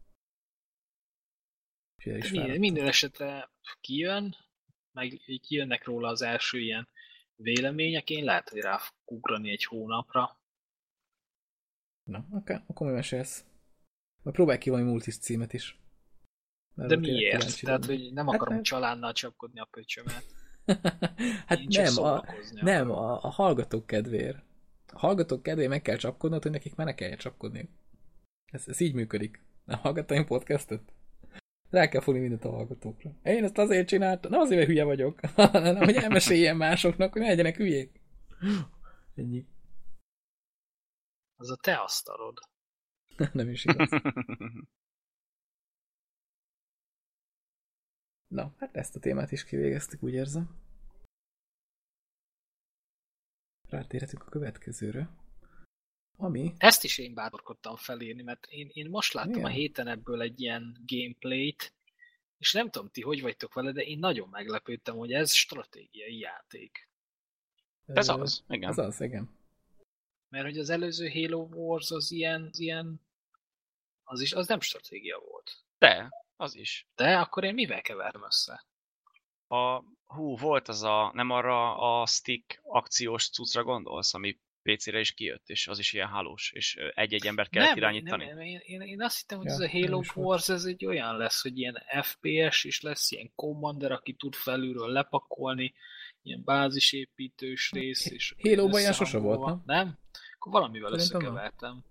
És el is fáradtam.
Minden esetre kijön, meg kijönnek róla az első ilyen vélemények, én lehet, hogy rá fog ugrani egy hónapra.
Na, akkor mi mesélsz? Majd próbálj ki valami multis címet is. Mert
De
arra tényleg
miért?
kíváncsi
Tehát,
lennék.
hogy nem
Hát
akarom
mert-
csalánnal csapkodni a pöcsömet.
Hát
Én csak
nem,
szórakozni
nem
akarok.
a hallgatók kedvéért. A hallgatók kedvéért meg kell csapkodnod, hogy nekik már ne kelljen csapkodni. Ez így működik. Nem hallgattaim podcastot? Rá kell fogni mindent a hallgatókra. Én ezt azért csináltam, nem azért, mert hülye vagyok, hanem hogy elmeséljen másoknak, hogy ne legyenek hülyék. Ennyi.
Az a te asztalod.
Nem is igaz. Na, hát ezt a témát is kivégeztük, úgy érzem. Rátérhetünk a következőre. Ami...
Ezt is én bátorkodtam felírni, mert én most láttam
Igen.
a héten ebből egy ilyen gameplayt, és nem tudom, ti hogy vagytok vele, de én nagyon meglepődtem, hogy ez stratégiai játék.
Ez az, igen.
Ez az, igen.
Mert hogy az előző Halo Wars az ilyen az nem stratégia volt.
De, az is.
De akkor én mivel keverem össze?
Volt az nem arra a stick akciós cuccra gondolsz, ami PC-re is kijött, és az is ilyen hálós, és egy-egy embert kellett irányítani?
Nem, én azt hittem, hogy
Ja,
ez a
nem
Halo
is volt.
Wars ez egy olyan lesz, hogy ilyen FPS, és lesz ilyen commander, aki tud felülről lepakolni, ilyen bázisépítős rész, és
Halo-ban ilyen sose volt,
összehangolva.
nem?
Nem? Akkor valamivel
Szerintem van.
összekevertem.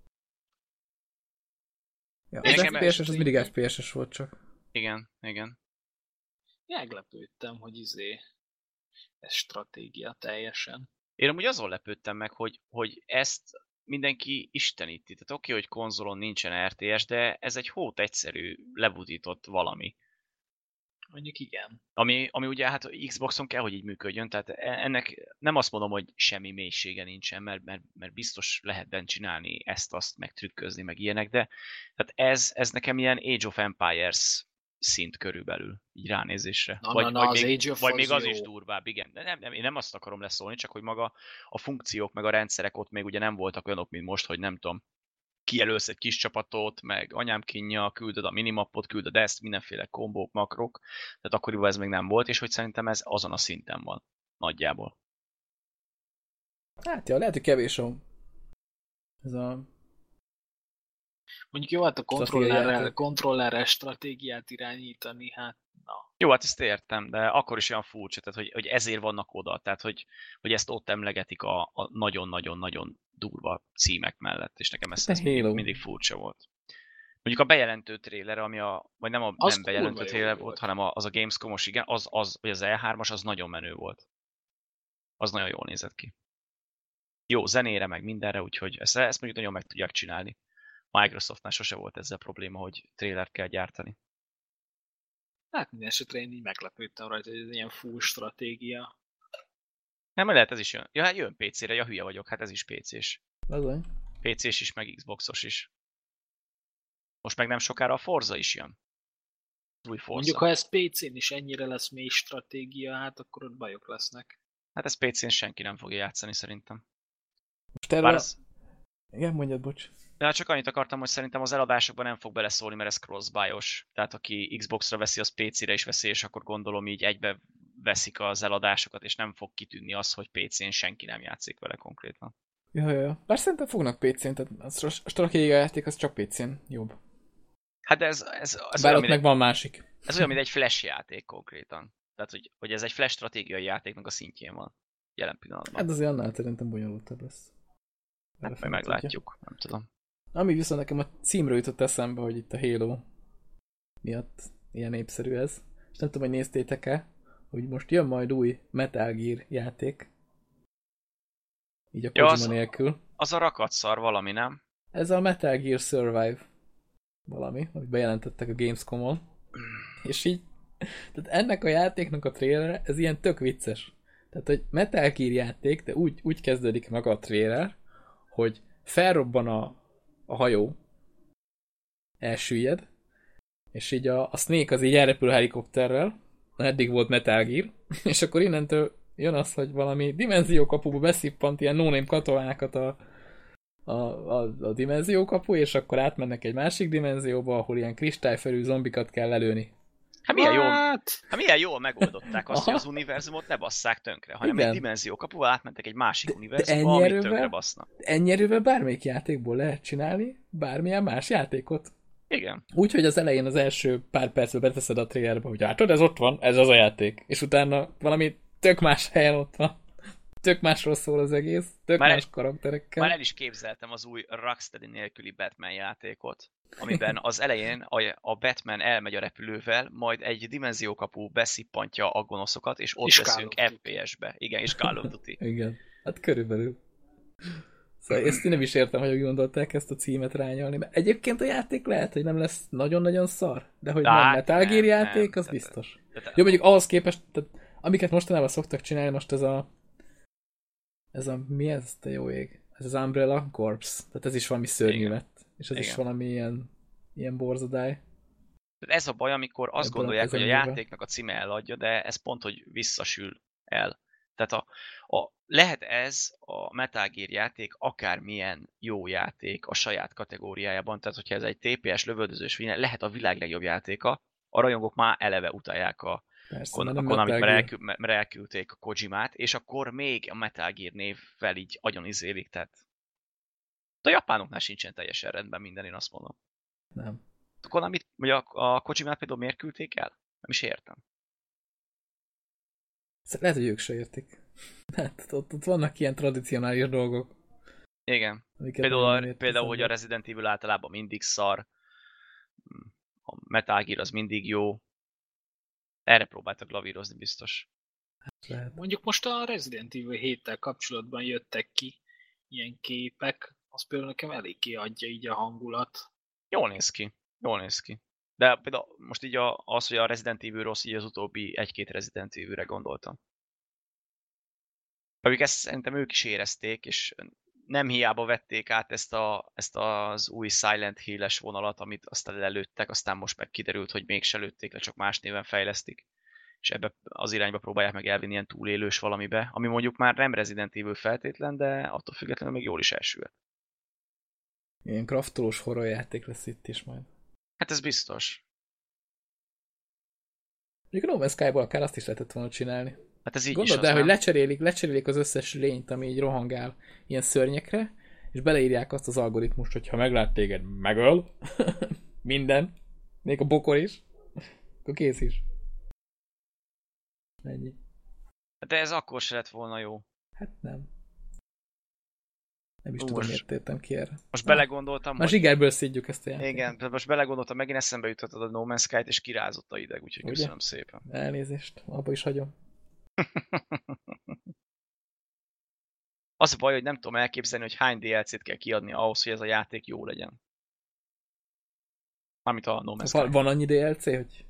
Ja,
Én
az
nekem
FPS-es, az
esetén-
mindig FPS-es volt csak.
Igen.
Meglepődtem, hogy ez stratégia teljesen.
Én amúgy azon lepődtem meg, hogy ezt mindenki isteníti. Tehát oké, hogy konzolon nincsen RTS, de ez egy hót egyszerű, lebutított valami.
Mondjuk igen.
Ami ugye hát Xboxon kell, hogy így működjön, tehát ennek nem azt mondom, hogy semmi mélysége nincsen, mert biztos lehet bent csinálni ezt-azt, meg trükközni, meg ilyenek, de tehát ez nekem ilyen Age of Empires szint körülbelül, így ránézésre.
Na, az Age of
vagy
az
még az
jó.
is durvább, igen. De nem, én nem azt akarom leszólni, csak hogy maga a funkciók, meg a rendszerek ott még ugye nem voltak olyanok, mint most, hogy nem tudom, kijelölsz egy kis csapatot, meg anyám kínja, küldöd a minimapot, küldöd ezt, mindenféle kombók, makrok, tehát akkoriban ez még nem volt, és hogy szerintem ez azon a szinten van, nagyjából.
Hát ja, lehet, hogy kevés ez a...
Mondjuk jó, hát a
Stratégiai játék.
kontrollerrel stratégiát irányítani, hát na.
Jó, hát ezt értem, de akkor is olyan furcsa, tehát hogy ezért vannak oda, tehát hogy ezt ott emlegetik a nagyon-nagyon-nagyon durva címek mellett, és nekem ez
Halo.
mindig furcsa volt. Mondjuk a bejelentő trailer, vagy nem
Az
nem bejelentő
kurva jó
trailer
volt.
volt, hanem az a Gamescom-os, igen, vagy az E3-as, az nagyon menő volt. Az nagyon jól nézett ki. Jó, zenére, meg mindenre, úgyhogy ezt mondjuk nagyon meg tudják csinálni. Microsoftnál sose volt ezzel probléma, hogy trailert kell gyártani.
Hát minden esetre én így meglepődtem rajta, hogy ez ilyen full stratégia.
Nem, lehet ez is jön. Ja, hát jön PC-re, ja hülye vagyok, hát ez is PC-s.
Bizony.
PC-s is, meg Xbox-os is. Most meg nem sokára a Forza is jön. Új Forza.
Mondjuk, ha ez PC-n is ennyire lesz mély stratégia, hát akkor ott bajok lesznek.
Hát ez PC-n senki nem fogja játszani szerintem.
Most erre... Igen, mondjad, bocs.
De hát csak annyit akartam, hogy szerintem az eladásokban nem fog beleszólni, mert ez cross-buy-os. Tehát aki Xbox-ra veszi, az PC-re is veszi, és akkor gondolom így egybe veszik az eladásokat, és nem fog kitűnni az, hogy PC-n senki nem játszik vele konkrétan.
Ja. Bár szerintem fognak PC-n, tehát a stratégiai játék az csak PC-n jobb.
Hát de ez
bár ott meg van másik.
Ez olyan, mint egy flash játék konkrétan. Tehát, hogy ez egy flash stratégiai játéknak a szintjén van. Jelen pillanatban.
Hát azért annál szerintem bonyolultabb lesz.
Hát majd meglátjuk, nem tudom.
Ami viszont nekem a címről jutott eszembe, hogy itt a Halo miatt ilyen népszerű ez. És nem tudom, hogy néztétek-e, hogy most jön majd új Metal Gear játék. Így a Kojima nélkül.
Az a rakatszar valami, nem?
Ez a Metal Gear Survive valami, amit bejelentettek a Gamescom-on. És így, tehát ennek a játéknak a trailer, ez ilyen tök vicces. Tehát, hogy Metal Gear játék, de úgy kezdődik maga a trailer, hogy felrobban a hajó, elsüllyed, és így a Snake az így elrepül a helikopterrel, eddig volt Metal Gear, és akkor innentől jön az, hogy valami dimenziókapuba beszippant ilyen no-name katonákat a dimenziókapu, és akkor átmennek egy másik dimenzióba, ahol ilyen kristályfelű zombikat kell lelőni.
Hát milyen jól megoldották azt, hogy az univerzumot ne basszák tönkre, hanem egy dimenziókapuval átmentek egy másik univerzumba, amit tönkre basznak.
Ennyi erővel bármelyik játékból lehet csinálni bármilyen más játékot.
Igen.
Úgyhogy az elején az első pár percben beteszed a trailerbe, hogy hát ez ott van, ez az a játék. És utána valami tök más helyen ott van. Tök másról szól az egész, más karakterekkel.
Már el is képzeltem az új Rocksteady nélküli Batman játékot, amiben az elején a Batman elmegy a repülővel, majd egy dimenziókapu beszippantja a gonoszokat, és ott leszünk FPS-be. Igen, és Call of Duty.
Igen, hát körülbelül. Szóval ezt én nem is értem, hogy úgy gondolták ezt a címet rányalni, mert egyébként a játék lehet, hogy nem lesz nagyon-nagyon szar, de hogy nem Metal Gear játék, az biztos. Jó, mondjuk ahhoz képest, tehát, amiket mostanában szoktak csinálni, most mi ez, te jó ég? Ez az Umbrella Corps. Tehát ez is valami szörnyű lett. És ez is valami ilyen borzadály.
Ez a baj, amikor azt gondolják, hogy a játéknak a címe eladja, de ez pont, hogy visszasül el. Tehát lehet ez a Metal Gear játék akármilyen jó játék a saját kategóriájában, tehát hogyha ez egy TPS lövöldözős lehet a világ legjobb játéka, a rajongók már eleve utálják a Konamit, mert elküldték a Kojimát, és akkor még a Metal Gear névvel így agyon izélik, tehát a japánoknál sincsen teljesen rendben minden, én azt mondom.
Nem.
A Konamit, vagy a Kojimát például miért küldték el? Nem is értem.
Lehet, hogy ők se értik. Hát, ott vannak ilyen tradicionális dolgok.
Igen. Például hogy a Resident Evil általában mindig szar, a Metal Gear az mindig jó. Erre próbáltak lavírozni biztos.
Hát,
mondjuk most a Resident Evil 7-tel kapcsolatban jöttek ki ilyen képek, az például nekem eléggé adja így a hangulat.
Jól néz ki. De például most így az, hogy a Resident Evil rossz, így az utóbbi egy-két Resident Evil-re gondoltam. Pedig ezt szerintem ők is érezték, és nem hiába vették át ezt az új Silent Hill-es vonalat, amit aztán lelőttek, aztán most meg kiderült, hogy mégse lőtték le, csak más néven fejlesztik. És ebbe az irányba próbálják meg elvinni ilyen túlélős valamibe, ami mondjuk már nem Resident Evil feltétlen, de attól függetlenül még jól is elsülhet.
Ilyen kraftolós horrorjáték lesz itt is majd.
Hát ez biztos.
Mondjuk a No Man's Sky-ból akár azt is lehetett volna csinálni.
Hát ez így
gondold el, hogy lecserélik az összes lényt, ami így rohangál ilyen szörnyekre, és beleírják azt az algoritmust, hogyha meglát téged, megöl. Minden. Még a bokor is. Akkor kész is. Ennyi.
De ez akkor se lett volna jó.
Hát nem. Nem is tudom, miért tértem ki erre.
Most belegondoltam,
hogy... zsigerből szidjuk ezt a játékot.
Igen, most belegondoltam, megint eszembe jutottad a No Man's Sky-t, és kirázott a ideg, úgyhogy
ugye?
Köszönöm szépen.
Elnézést, abba is hagyom.
Az a baj, hogy nem tudom elképzelni, hogy hány DLC-t kell kiadni ahhoz, hogy ez a játék jó legyen. Mármint a No Man's Sky.
Van annyi DLC,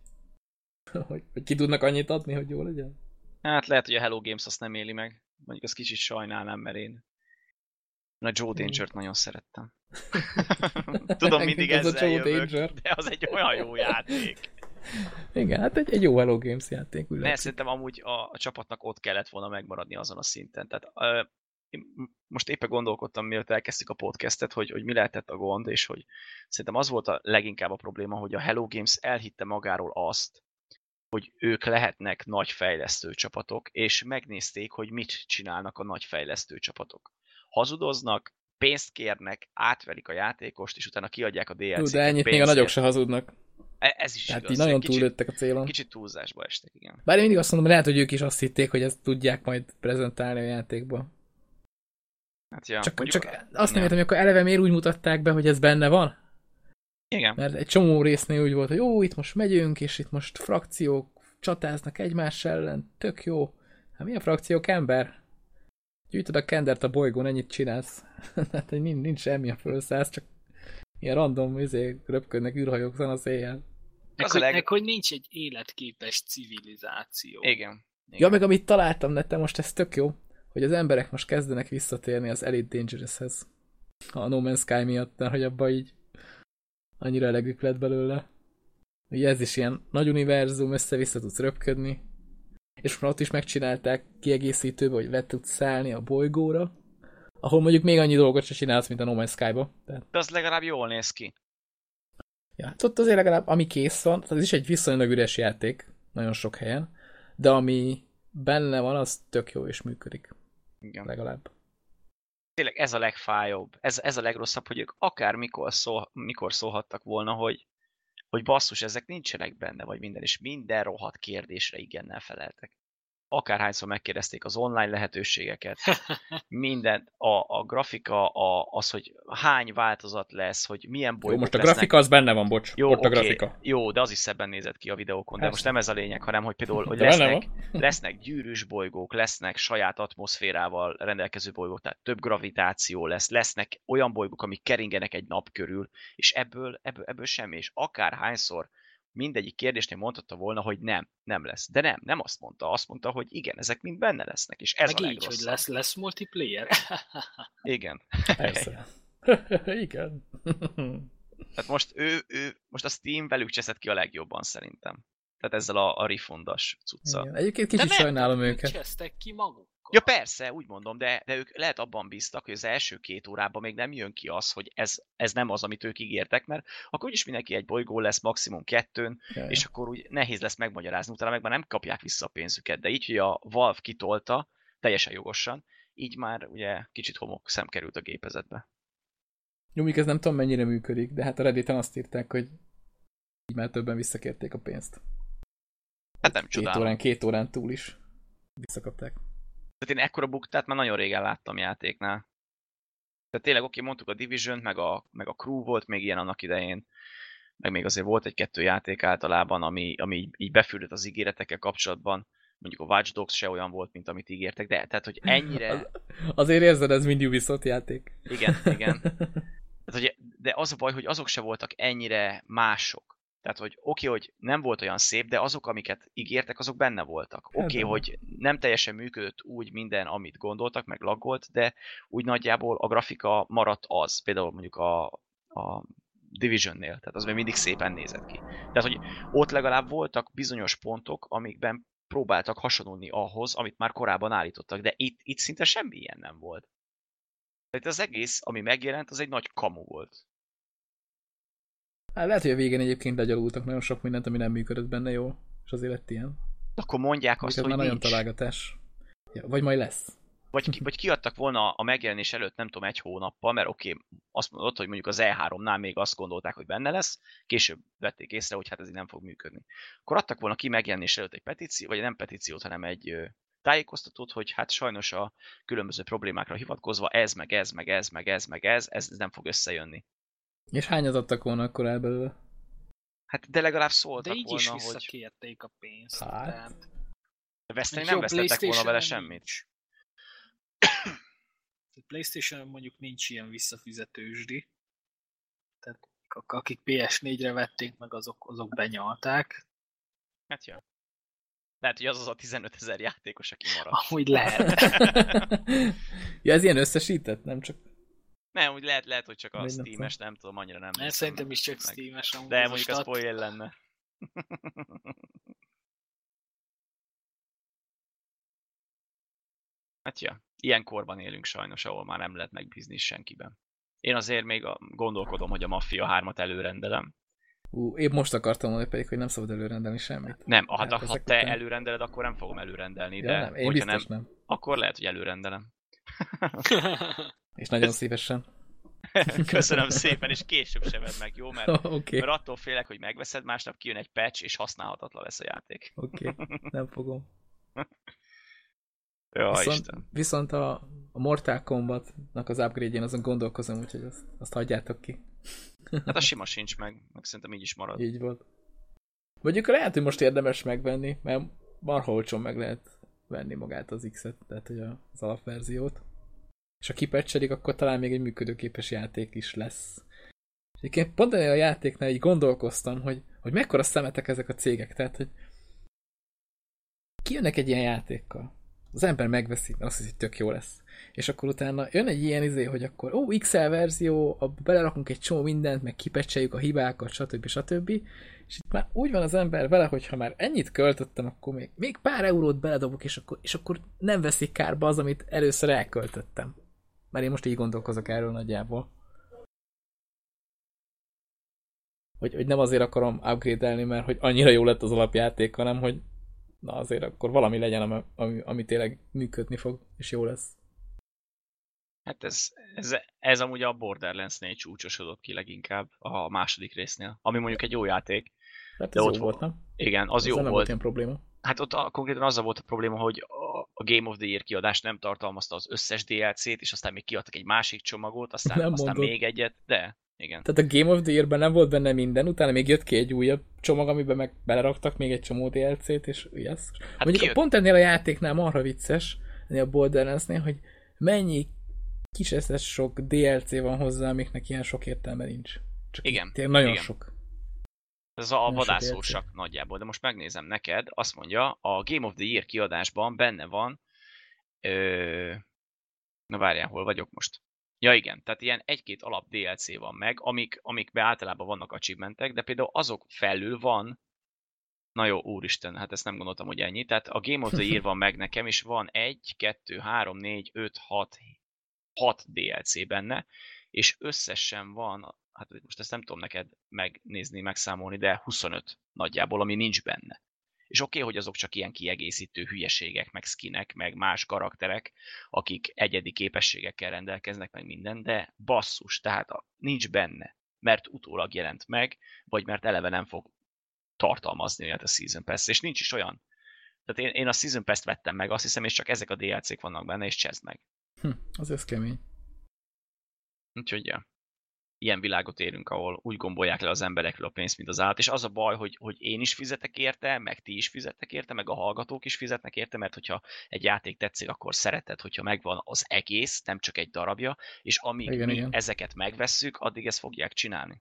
hogy ki tudnak annyit adni, hogy jó legyen?
Hát lehet, hogy a Hello Games azt nem éli meg. Mondjuk azt kicsit sajnálnám, mert én a Joe Danger-t nagyon szerettem. Tudom, mindig ezzel jövök, de az egy olyan jó játék.
Igen, hát egy jó Hello Games játék.
Ne, szerintem amúgy a csapatnak ott kellett volna megmaradni azon a szinten. Tehát most éppen gondolkodtam, mielőtt elkezdtük a podcastet, hogy mi lehetett a gond, és hogy szerintem az volt a leginkább a probléma, hogy a Hello Games elhitte magáról azt, hogy ők lehetnek nagy fejlesztő csapatok, és megnézték, hogy mit csinálnak a nagy fejlesztő csapatok. Hazudoznak, pénzt kérnek, átverik a játékost, és utána kiadják a DLC-ket.
De ennyit még a nagyok se hazudnak.
Ez is
tehát
igaz.
így nagyon túllőttek a célon.
Kicsit túlzásba estek, igen.
Bár én mindig azt mondom, lehet, hogy ők is azt hitték, hogy ezt tudják majd prezentálni a játékba.
Hát ja,
csak azt nem értem, hogy akkor eleve miért úgy mutatták be, hogy ez benne van?
Igen.
Mert egy csomó résznél úgy volt, hogy jó, itt most megyünk, és itt most frakciók csatáznak egymás ellen, tök jó. Hát milyen frakciók, ember? Gyűjtöd a kendert a bolygón, ennyit csinálsz. Hát nincs semmi a fölszállsz, csak ilyen random röpködnek űrhajók az éjjel.
Hogy nincs egy életképes civilizáció.
Igen.
Ja, meg amit találtam neten, most ez tök jó, hogy az emberek most kezdenek visszatérni az Elite Dangerous-hez. A No Man's Sky miatt, mert hogy abban így annyira elegük lett belőle. Ugye ez is ilyen nagy univerzum, össze-vissza tudsz röpködni. És ott is megcsinálták kiegészítőbe, hogy le tudsz szállni a bolygóra, ahol mondjuk még annyi dolgot se csinálsz, mint a No Man's Sky-ba. Tehát...
De az legalább jól néz ki.
Ja, hát ott azért legalább, ami kész van, tehát ez is egy viszonylag üres játék, nagyon sok helyen, de ami benne van, az tök jó és működik.
Igen.
Legalább.
Tényleg ez a legfájóbb, ez a legrosszabb, hogy ők akár mikor szólhattak volna, hogy basszus, ezek nincsenek benne, vagy minden, és minden rohadt kérdésre igennel feleltek. Akárhányszor megkérdezték az online lehetőségeket, mindent, a grafika, az, hogy hány változat lesz, hogy milyen bolygók
most a
lesznek.
grafika az benne van, bocs.
Jó,
ott a grafika.
Jó, de az is szebben nézett ki a videókon, de most nem ez a lényeg, hanem hogy például hogy lesznek gyűrűs bolygók, lesznek saját atmoszférával rendelkező bolygók, tehát több gravitáció lesznek olyan bolygók, amik keringenek egy nap körül, és ebből semmi, és akárhányszor mindegyik kérdésnél mondhatta volna, hogy nem lesz. De nem azt mondta. Azt mondta, hogy igen, ezek mind benne lesznek, és ez meg a legrosszabb.
Így, hogy lesz multiplayer?
Igen.
Persze. Igen.
Tehát most a Steam velük cseszett ki a legjobban szerintem. Tehát ezzel a refundas cucca.
Igen. Egyébként kicsit sajnálom őket.
Csesztek ki magukkal.
Ja persze, úgy mondom, de ők lehet abban bíztak, hogy az első 2 órában még nem jön ki az, hogy ez nem az, amit ők ígértek, mert akkor úgyis mindenki egy bolygó lesz, maximum 2, és akkor úgy nehéz lesz megmagyarázni, utána meg már nem kapják vissza a pénzüket, de így, hogy a Valve kitolta, teljesen jogosan, így már ugye kicsit homok szem került a gépezetbe.
Jó, ez nem tudom mennyire működik, de hát a Redditen azt írták, hogy így már többen visszakérték a pénzt.
Hát nem csodálom.
2 órán túl is visszakapták.
Tehát én ekkora buktát már nagyon régen láttam játéknál. Tehát tényleg oké, mondtuk a Division-t, meg a Crew volt még ilyen annak idején, meg még azért volt 1-2 játék általában, ami így befürdött az ígéretekkel kapcsolatban. Mondjuk a Watch Dogs se olyan volt, mint amit ígértek, de tehát, hogy ennyire...
Azért érzed, ez mind Ubisoft játék.
Igen. Tehát, de az a baj, hogy azok se voltak ennyire mások. Tehát, hogy oké, hogy nem volt olyan szép, de azok, amiket ígértek, azok benne voltak. Oké, hogy nem teljesen működött úgy minden, amit gondoltak, meg laggolt, de úgy nagyjából a grafika maradt az. Például mondjuk a Division-nél. Tehát az még mindig szépen nézett ki. Tehát, hogy ott legalább voltak bizonyos pontok, amikben próbáltak hasonlulni ahhoz, amit már korábban állítottak, de itt szinte semmi ilyen nem volt. Tehát az egész, ami megjelent, az egy nagy kamu volt.
Hát lehet, hogy a végén egyébként legyalultak nagyon sok mindent, ami nem működött benne jól, és azért lett ilyen.
Akkor mondják azt, hogy
már
nincs.
nagyon találgatás. Ja, vagy majd lesz.
Vagy kiadtak volna a megjelenés előtt, nem tudom, 1 hónappal, mert oké, azt mondod, hogy mondjuk az E3-nál még azt gondolták, hogy benne lesz, később vették észre, hogy hát ez így nem fog működni. Akkor adtak volna ki megjelenés előtt egy petíció, vagy nem petíciót, hanem egy tájékoztatót, hogy hát sajnos a különböző problémákra hivatkozva ez nem fog összejönni.
És hányat adtak volna akkor el belőle?
Hát de legalább szóltak
de így
volna,
is
hogy...
visszakérték a pénzt.
Hát...
Tehát...
Veszteni nem vesztettek volna vele semmit.
PlayStation mondjuk nincs ilyen visszafizetősdi. Tehát akik PS4-re vették meg, azok benyalták.
Hát ja. Lehet, hogy az a 15 000 játékos, aki maradt.
Amúgy lehet.
Ja, ez ilyen összesített, nem csak...
Nem, úgy lehet, hogy csak a
Nem
Steam-es, nem tudom, annyira nem.
Én szerintem is csak Steam-es.
De mondjuk az spoiler lenne. Hát ja, ilyen korban élünk sajnos, ahol már nem lehet megbízni senkiben. Én azért még gondolkodom, hogy a Mafia 3-at előrendelem.
Én most akartam mondani pedig, hogy nem szabad előrendelni semmit.
Nem, ha
ezek
te
után-
előrendeled, akkor nem fogom előrendelni,
Ja,
de
nem, én
hogyha
biztos nem.
akkor lehet, hogy előrendelem.
És nagyon szívesen.
Köszönöm szépen, és később sem vedd meg, jó? Mert,
Oké,
mert attól félek, hogy megveszed, másnap kijön egy patch, és használhatatlan lesz a játék.
oké, nem fogom.
Ja,
Viszont,
Isten.
viszont a Mortal Kombatnak az upgrade-jén azon gondolkozom, úgyhogy azt hagyjátok ki.
Hát a sima sincs meg szerintem így is marad.
Így volt. Mondjuk lehet, hogy most érdemes megvenni, mert marha olcsón meg lehet venni magát az X-et, tehát hogy az alapverziót. És ha kipecselik, akkor talán még egy működőképes játék is lesz. És egyébként pont a játéknál így gondolkoztam, hogy mekkora szemetek ezek a cégek, tehát hogy kijönnek egy ilyen játékkal. Az ember megveszi, mert azt hiszi, hogy tök jó lesz. És akkor utána jön egy ilyen hogy akkor XL verzió, abba belerakunk egy csomó mindent, meg kipecseljük a hibákat, stb. És itt már úgy van az ember vele, hogy ha már ennyit költöttem, akkor még pár eurót beledobok, és akkor nem veszik kárba az, amit először elköltöttem. Mert én most így gondolkozok erről nagyjából. Hogy nem azért akarom upgrade-elni, mert hogy annyira jó lett az alapjáték, hanem hogy na azért akkor valami legyen, ami tényleg működni fog, és jó lesz.
Hát ez amúgy a Borderlands-nél csúcsosodott ki leginkább a második résznél, ami mondjuk egy jó játék.
Hát
De
ez
ott
jó volt, nem?
Igen, az jó
nem
volt.
volt ilyen probléma.
Hát ott konkrétan azzal volt a probléma, hogy a Game of the Year kiadás nem tartalmazta az összes DLC-t, és aztán még kiadtak egy másik csomagot, aztán
mondod.
még egyet, de igen.
Tehát a Game of the Year-ben nem volt benne minden, utána még jött ki egy újabb csomag, amiben meg beleraktak még egy csomó DLC-t, és yes.
Hát
Mondjuk pont ennél a játéknál marha vicces, ennél a Borderlands-nél, hogy mennyi kiseszes sok DLC van hozzá, amiknek ilyen sok értelme nincs. Csak
Igen,
nagyon
igen.
sok.
Ez a
Nagyon sok
vadászósak nagyjából, de most megnézem neked, azt mondja, a Game of the Year kiadásban benne van, na várjál, hol vagyok most? Ja igen, tehát ilyen egy-két alap DLC van meg, amikbe általában vannak achievementek, de például azok felül van, na jó, úristen, hát ezt nem gondoltam, hogy ennyi, tehát a Game of the Year van meg nekem, és van 1, 2, 3, 4, 5, 6 DLC benne, és összesen van, hát most ezt nem tudom neked megnézni, megszámolni, de 25 nagyjából, ami nincs benne. És oké, hogy azok csak ilyen kiegészítő hülyeségek, meg skinek, meg más karakterek, akik egyedi képességekkel rendelkeznek, meg minden, de basszus, tehát nincs benne, mert utólag jelent meg, vagy mert eleve nem fog tartalmazni olyat a Season Pass, és nincs is olyan. Tehát én a Season Pass-t vettem meg, azt hiszem, és csak ezek a DLC-k vannak benne, és csezd meg.
Az ez kemény.
Úgyhogy ja. Ilyen világot élünk, ahol úgy gombolják le az emberekről a pénzt, mint az állat, és az a baj, hogy én is fizetek érte, meg ti is fizettek érte, meg a hallgatók is fizetnek érte, mert hogyha egy játék tetszik, akkor szereted, hogyha megvan az egész, nem csak egy darabja, és amíg igen. Ezeket megvesszük, addig ezt fogják csinálni.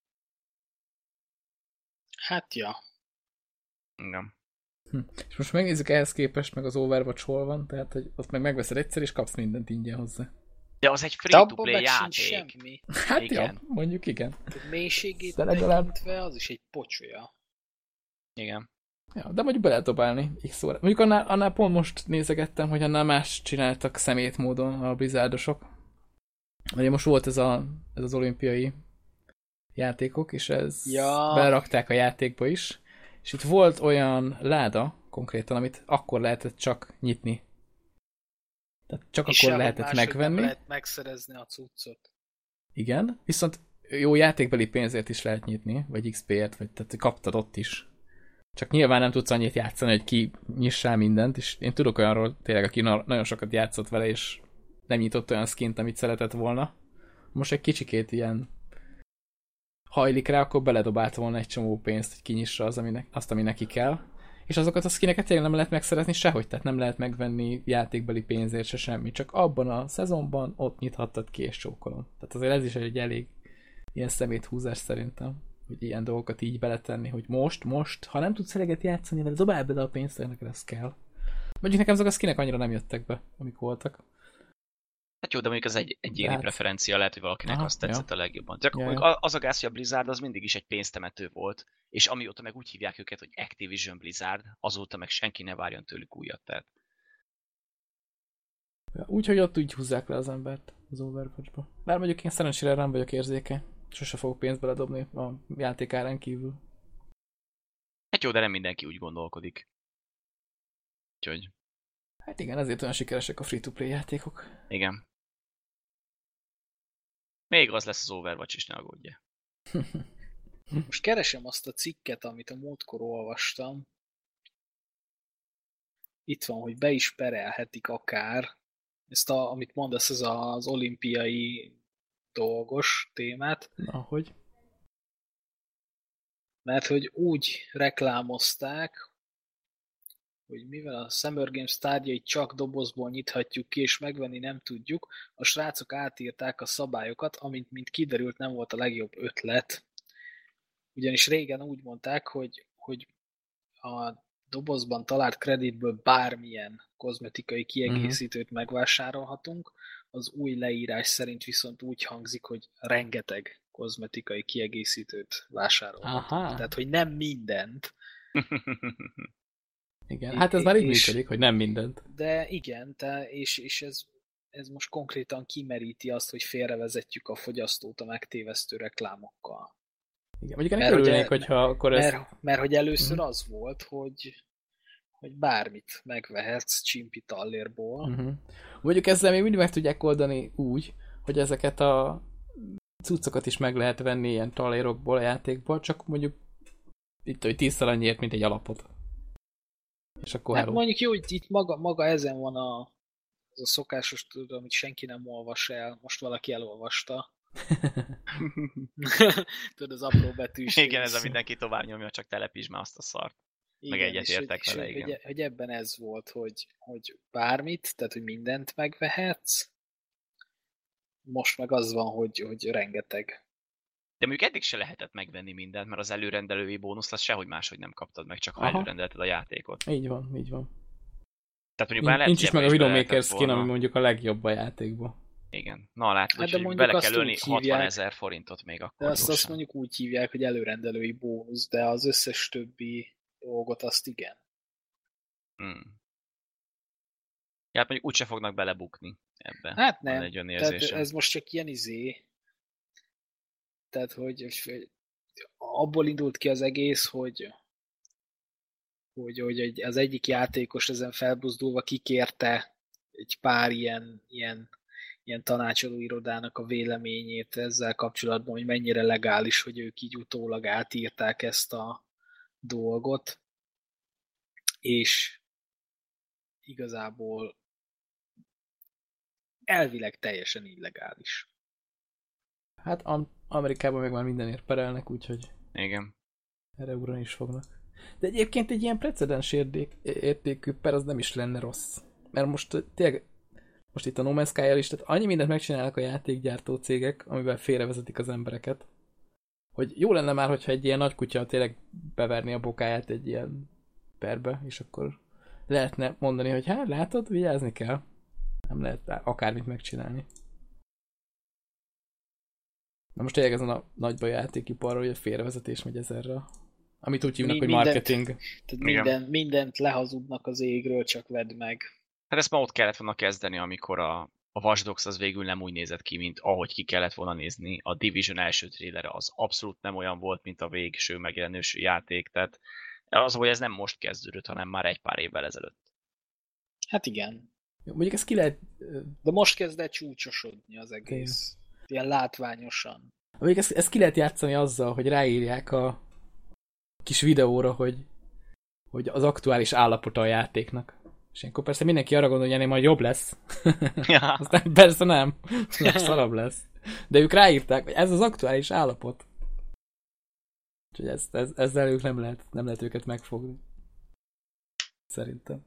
Hát ja.
Igen.
És most megnézzük ehhez képest, meg az Overwatch hol van, tehát hogy ott meg megveszed egyszer, és kapsz mindent ingyen hozzá.
De az egy free-to-play játék.
Semmi.
Hát igen. Ja, mondjuk igen.
A mélységét
legalább...
tekintve az is egy pocsolya.
Igen.
Ja, de mondjuk be lehet dobálni x óra. Mondjuk annál pont most nézegettem, hogy annál más csináltak szemét módon a Blizzardosok. Ugye most volt ez az olimpiai játékok, és belerakták a játékba is. És itt volt olyan láda konkrétan, amit akkor lehetett csak nyitni. Tehát csak és akkor lehetett megvenni. Nem
lehet megszerezni a cuccot.
Igen, viszont jó játékbeli pénzért is lehet nyitni, vagy XP-ért, vagy tehát kaptad ott is. Csak nyilván nem tudsz annyit játszani, hogy kinyissál mindent, és én tudok olyanról tényleg, aki nagyon sokat játszott vele, és nem nyitott olyan skint, amit szeretett volna. Most egy kicsikét ilyen hajlik rá, akkor beledobált volna egy csomó pénzt, hogy kinyissa azt, ami neki kell. És azokat a skineket tényleg nem lehet megszerezni sehogy, tehát nem lehet megvenni játékbeli pénzért se semmi. Csak abban a szezonban ott nyithattad ki és csókolom. Tehát azért ez is egy elég ilyen szeméthúzás szerintem, hogy ilyen dolgokat így beletenni, hogy most, ha nem tudsz eleget játszani vele, dobálj bele a pénzt, neked ez kell. Mondjuk nekem azok a skinek annyira nem jöttek be, amik voltak.
Hát jó, de mondjuk az egy egyéni
hát...
preferencia lehet, hogy valakinek
aha,
azt tetszett
ja.
a legjobban. Csak az a gáz, hogy a Blizzard az mindig is egy pénztemető volt, és amióta meg úgy hívják őket, hogy Activision Blizzard, azóta meg senki ne várjon tőlük újat. Tehát.
Ja, úgyhogy ott úgy húzzák le az embert az Overwatch-ba. Bár mondjuk én szerencsére nem vagyok érzékeny. Sose fogok pénzt beledobni a játékárán kívül.
Hát jó, de nem mindenki úgy gondolkodik. Úgyhogy...
Hát igen, ezért olyan sikeresek a free-to-play játékok.
Igen. Még az lesz az Overwatch is, ne aggódj.
Most keresem azt a cikket, amit a múltkor olvastam. Itt van, hogy be is perelhetik akár. Ezt, amit mondasz, ez az olimpiai dolgos témát.
Ahogy?
Mert hogy úgy reklámozták, hogy mivel a Summer Games tárgyait csak dobozból nyithatjuk ki, és megvenni nem tudjuk, a srácok átírták a szabályokat, amint mint kiderült nem volt a legjobb ötlet. Ugyanis régen úgy mondták, hogy a dobozban talált kreditből bármilyen kozmetikai kiegészítőt megvásárolhatunk, az új leírás szerint viszont úgy hangzik, hogy rengeteg kozmetikai kiegészítőt vásárolhatunk.
Aha.
Tehát, hogy nem mindent.
Igen, hát ez már így működik, hogy nem mindent.
De igen, és ez most konkrétan kimeríti azt, hogy félrevezetjük a fogyasztót a megtévesztő reklámokkal.
Igen, mondjuk ennek örülnék, hogyha akkor ez...
Mert hogy először az volt, hogy bármit megvehetsz csimpi tallérból.
Mondjuk ezzel még mindig meg tudják oldani úgy, hogy ezeket a cuccokat is meg lehet venni ilyen tallérokból, a játékból, csak mondjuk itt, hogy 10-szer annyiért, mint egy alapot. És akkor
hát mondjuk jó, hogy itt maga ezen van az a szokásos, tudom, amit senki nem olvas el, most valaki elolvasta. Tudod, az apró betűs.
Igen, ez a mindenki tovább nyomja, csak telepítsd már azt a szart.
Igen,
meg egyetértek vele, igen.
Hogy ebben ez volt, hogy bármit, tehát hogy mindent megvehetsz, most meg az van, hogy rengeteg.
De mondjuk eddig se lehetett megvenni mindent, mert az előrendelői bónuszt azt sehogy máshogy nem kaptad meg, csak ha előrendelted a játékot.
Így van, így van.
Tehát mondjuk már
nincs is meg a Widowmaker skin, ami mondjuk a legjobb a játékban.
Igen. Na látod,
hát
hogy bele kell ölni 60 000 forintot még akkor.
De azt mondjuk úgy hívják, hogy előrendelői bónusz, de az összes többi dolgot azt igen.
Ja, mondjuk úgyse fognak belebukni ebbe.
Hát nem, tehát ez most csak ilyen tehát, hogy abból indult ki az egész, hogy az egyik játékos ezen felbuzdulva kikérte egy pár ilyen tanácsadó irodának a véleményét ezzel kapcsolatban, hogy mennyire legális, hogy ők így utólag átírták ezt a dolgot, és igazából elvileg teljesen illegális.
Hát Amerikában meg már mindenért perelnek, úgyhogy
igen.
Erre ugrani is fognak. De egyébként egy ilyen precedens értékű per az nem is lenne rossz. Mert most tényleg itt a No Man's Sky-jal is, tehát annyi mindent megcsinálnak a játékgyártó cégek, amivel félrevezetik az embereket, hogy jó lenne már, hogyha egy ilyen nagy kutya tényleg beverni a bokáját egy ilyen perbe, és akkor lehetne mondani, hogy hát látod, vigyázni kell. Nem lehet akármit megcsinálni. Na most tényleg ezen a nagyba játékiparról, hogy a félrevezetés megy ezerre. Amit úgy hívnak, hogy marketing.
Tehát mindent lehazudnak az égről, csak vedd meg.
Hát ezt ma ott kellett volna kezdeni, amikor a Watch Dogs az végül nem úgy nézett ki, mint ahogy ki kellett volna nézni. A Division első trailere az abszolút nem olyan volt, mint a végső megjelenős játék. Tehát az, hogy ez nem most kezdődött, hanem már egy pár évvel ezelőtt.
Hát igen.
Jó, mondjuk ez ki lehet...
De most kezd el csúcsosodni az egész. Ilyen látványosan.
Mondjuk ezt ki lehet játszani azzal, hogy ráírják a kis videóra, hogy az aktuális állapota a játéknak. És akkor persze mindenki arra gondol, hogy ennél majd jobb lesz.
Ja.
Aztán persze nem. Szarabb lesz. De ők ráírták, hogy ez az aktuális állapot. Úgyhogy ezzel ők nem lehet őket megfogni. Szerintem.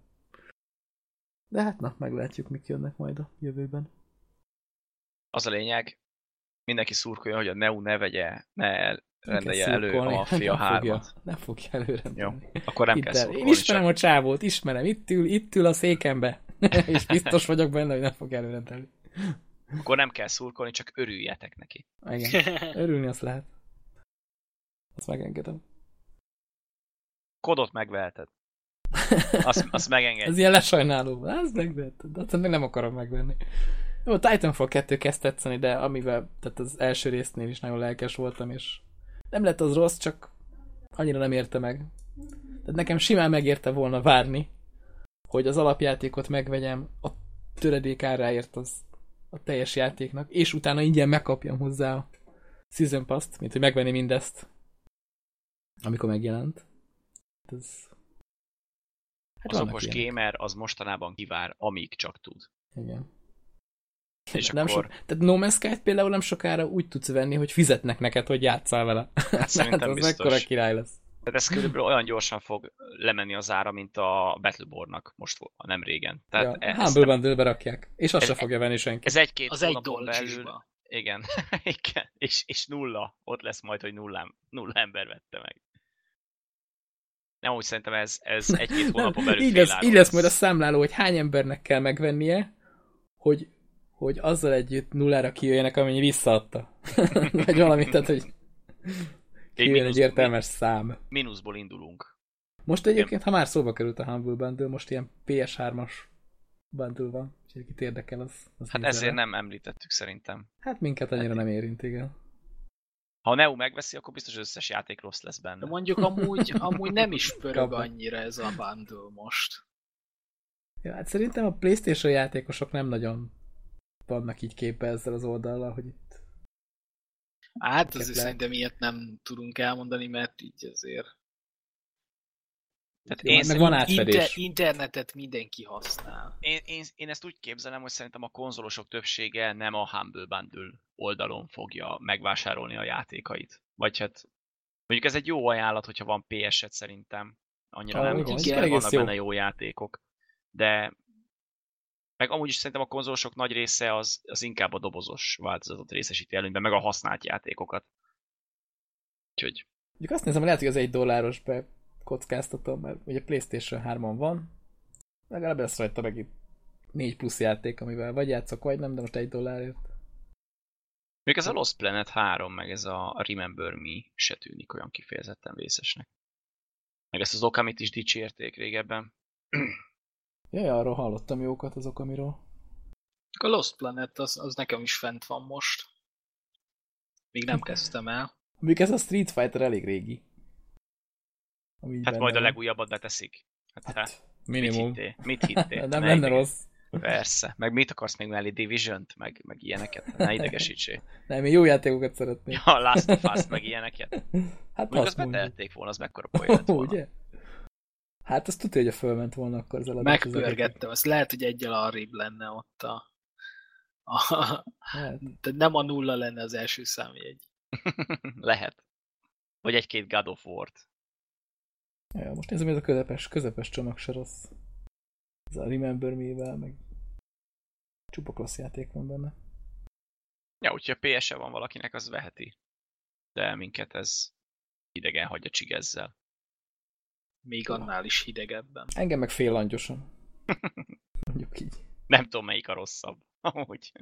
De hát na, meglátjuk, mik jönnek majd a jövőben.
Az a lényeg, mindenki szurkolja, hogy a Neu ne rendelje elő a
szurkolni.
Maffia 3-at.
Nem fogja előrendelni.
Jó, akkor nem kell szurkolni.
Én ismerem a csávót, ismerem. Itt ül a székembe. És biztos vagyok benne, hogy nem fog előrendelni.
Akkor nem kell szurkolni, csak örüljetek neki.
Igen, örülni azt lehet. Azt megengedem.
Kodot megveheted. Azt megengedj.
Ez ilyen lesajnáló. Azt megveheted. Azt meg nem akarom megvenni. Jó, a Titanfall 2 kezd tetszeni, de amivel, tehát az első résznél is nagyon lelkes voltam, és nem lett az rossz, csak annyira nem érte meg. Tehát nekem simán megérte volna várni, hogy az alapjátékot megvegyem a töredék áráért a teljes játéknak, és utána ingyen megkapjam hozzá a Season Pass-t, mint hogy megvenni mindezt, amikor megjelent. Ez...
Hát az okos gamer az mostanában kivár, amíg csak tud.
Igen.
És
nem
akkor...
Tehát No Man's Sky-t például nem sokára úgy tudsz venni, hogy fizetnek neked, hogy játsszál vele.
Hát szerintem
az
biztos.
mekkora király lesz.
Tehát ez körülbelül olyan gyorsan fog lemenni az ára, mint a Battleborn-nak most nem régen. Tehát
ja, Humble Bundle-be rakják. És azt se fogja venni senki.
Ez egy-két
az
hónapon
$1
belül... Igen. Igen. És nulla. Ott lesz majd, hogy nulla ember vette meg. Nem, úgy szerintem ez egy-két hónapon belül
így lesz majd a számláló, hogy hány embernek kell megvennie, hogy azzal együtt nullára kijöjjenek, amennyi visszaadta. Vagy valami, tehát, hogy kijöjjön egy értelmes szám.
Mínuszból indulunk.
Most egyébként, ha már szóba került a Humble Bundle, most ilyen PS3-as bundle van, úgyhogy akit érdekel, az
hát ezért nem említettük szerintem.
Hát minket annyira nem érint, igen.
Ha a Neo megveszi, akkor biztos összes játék rossz lesz benne.
De mondjuk amúgy nem is pörög annyira ez a bundle most.
Ja, hát szerintem a PlayStation játékosok nem nagyon vannak így képbe ezzel az oldallal, hogy itt...
Hát azért szerintem ilyet nem tudunk elmondani, mert így azért...
Tehát
meg van átfedés.
Internetet mindenki használ.
Én ezt úgy képzelem, hogy szerintem a konzolosok többsége nem a Humble Bundle oldalon fogja megvásárolni a játékait. Vagy hát mondjuk ez egy jó ajánlat, hogyha van PS-et szerintem. Annyira nem rossz, vannak benne jó játékok. De meg amúgy is szerintem a konzolosok nagy része az inkább a dobozos változatot részesíti előnyben, meg a használt játékokat. Úgyhogy...
Mondjuk azt nézem, lehet, hogy az $1 kockáztatom, mert ugye PlayStation 3-on van, legalább lesz rajta meg itt 4 plusz játék, amivel vagy játszok, vagy nem, de most $1.
Még ez a Lost Planet 3, meg ez a Remember Me se tűnik olyan kifejezetten vészesnek. Meg ezt az Okamit is dicsérték régebben.
Jaj, arról hallottam jókat az Okamiról.
A Lost Planet az nekem is fent van most. Még nem kezdtem el.
Mondjuk ez a Street Fighter elég régi.
Hát majd a legújabbat beteszik. Hát
minimum.
Mit hittél?
Nem lenne rossz.
Persze. Meg mit akarsz még mellé? Division-t? Meg ilyeneket? Ne idegesítsél.
Nem, én jó játékokat szeretnék.
Ja, Last of Us, meg ilyeneket.
Hát
azt betelték volna, az mekkora poén lett volna. Ugye?
Hát azt tudja, hogy a fölment volna akkor az eladás.
Megpörgettem, azt lehet, hogy egyel arrébb lenne ott hát. Nem a 0 lenne az első számjegy.
Lehet. Vagy egy-két God of War-t.
Ja, most nézem, hogy ez a közepes csomag se rossz. Ez a Remember Me-vel, meg csupa klassz játék van benne.
Ja, úgyhogy a PS-e van valakinek, az veheti. De minket ez idegen hagyja csigezzel.
Még annál is hidegebben.
Engem meg fél langyosan. Mondjuk így.
Nem tudom, melyik a rosszabb. Amúgy.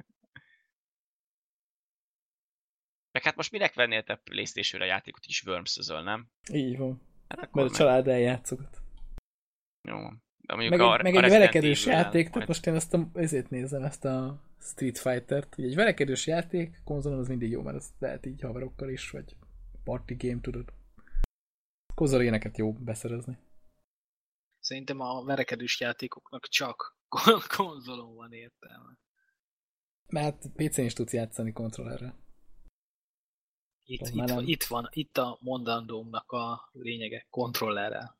Meg hát most minek vennél te PlayStation-re játékot is Worms-özöl, nem?
Így van. Hát mert a család eljátszogat.
Jó. De mondjuk
meg egy verekedős játék, tehát most én ezért nézem, ezt a Street Fighter-t. Egy verekedős játék konzolon az mindig jó, mert azt lehet így haverokkal is, vagy party game, tudod. Konzoléneket jó beszerezni.
Szerintem a verekedős játékoknak csak konzolon van értelme.
Mert PC-n is tudsz játszani kontrollerrel.
Itt a mondandómnak a lényege, kontrollerrel.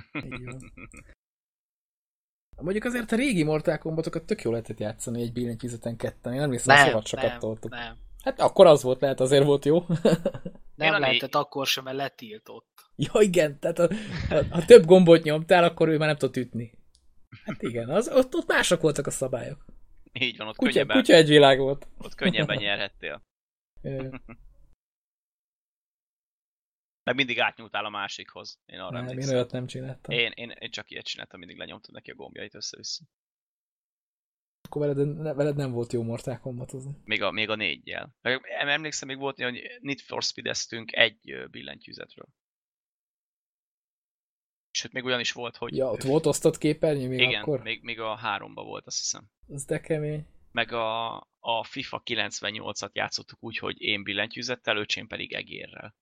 Mondjuk azért a régi Mortal Kombat-okat tök jól lehetett játszani egy billentyűzeten ketten. Én nem hiszem, hogy szóval sokat toltuk.
Nem.
Hát akkor az volt, lehet azért volt jó.
Nem lehetett akkor sem, mert letiltott.
Ja igen, tehát ha több gombot nyomtál, akkor ő már nem tudott ütni. Hát igen, ott mások voltak a szabályok.
Így van, ott
kutya egy világ volt.
Ott könnyebben nyerhettél. Meg mindig átnyúltál a másikhoz. Én arra
Nem, én
emlékszem.
olyat nem csináltam.
Én csak ilyet csináltam, mindig lenyomtam neki a gombjait össze-vissza.
Akkor veled nem volt jó Mortal Kombat-ozni.
Még a 4-jel. Emlékszem, még volt, hogy Need for Speed-eztünk egy billentyűzetről. Sőt, még olyan is volt, hogy...
Ja, ott volt osztott képernyő még
igen,
akkor?
még a 3-ba volt, azt hiszem.
Az de kemény.
Meg a FIFA 98-at játszottuk úgy, hogy én billentyűzettel, öcsém pedig egérrel.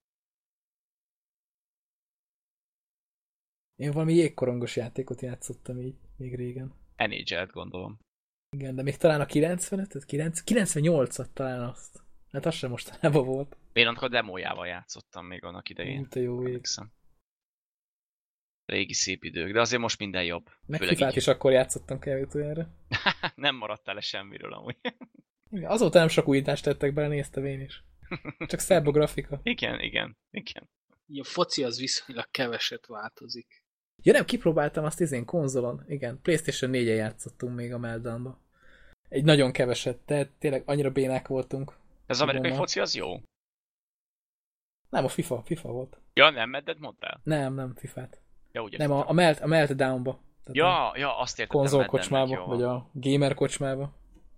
Én valami jégkorongos játékot játszottam így, még régen.
NHL-t gondolom.
Igen, de még talán a 95-öt, 98-at talán azt. Hát az sem mostanában volt.
Én annak a demójával játszottam még annak idején.
Mint a jó ég.
Emlékszem. Régi szép idők, de azért most minden jobb.
Meg Fifát is akkor játszottam kevésbé.
Nem maradtál le semmiről amúgy.
Igen, azóta nem sok újítást tettek bele, néztem én is. Csak szebb a grafika.
Igen.
A foci az viszonylag keveset változik.
Ja nem, kipróbáltam azt izén konzolon. Igen, PlayStation 4-en játszottunk még a Meltdown-ba. Egy nagyon keveset, tehát tényleg annyira bénák voltunk.
Ez az amerikai foci az jó?
Nem, a FIFA volt.
Ja, nem Meddet mondtál?
Nem, FIFA-t.
Ja, úgy
nem, a Meltdown-ba.
Ja, azt értettem.
Konzol kocsmába, vagy a gamer kocsmába.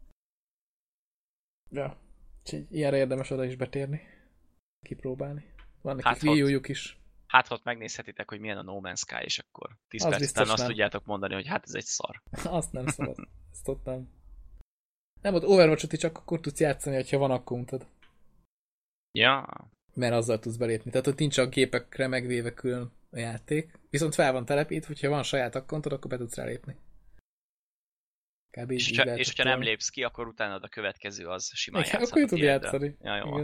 Ja, úgyhogy ilyenre érdemes oda is betérni. Kipróbálni. Van nekik Wii U-juk is.
Hát ott megnézhetitek, hogy milyen a No Man's Sky, és akkor 10 perc után azt tudjátok mondani, hogy hát ez egy szar.
Azt nem szabad. Ezt ott nem. Nem, ott Overwatch-ot is csak akkor tudsz játszani, hogyha van akkumuntod.
Ja.
Mert azzal tudsz belépni. Tehát ott nincs a gépekre megvéve külön a játék. Viszont fel van telepítve, hogyha van saját akkumuntod, akkor be tudsz rálépni.
És hogyha nem lépsz ki, akkor utána a következő az simán játszhat.
Akkor tud játszani.
Ja, jó.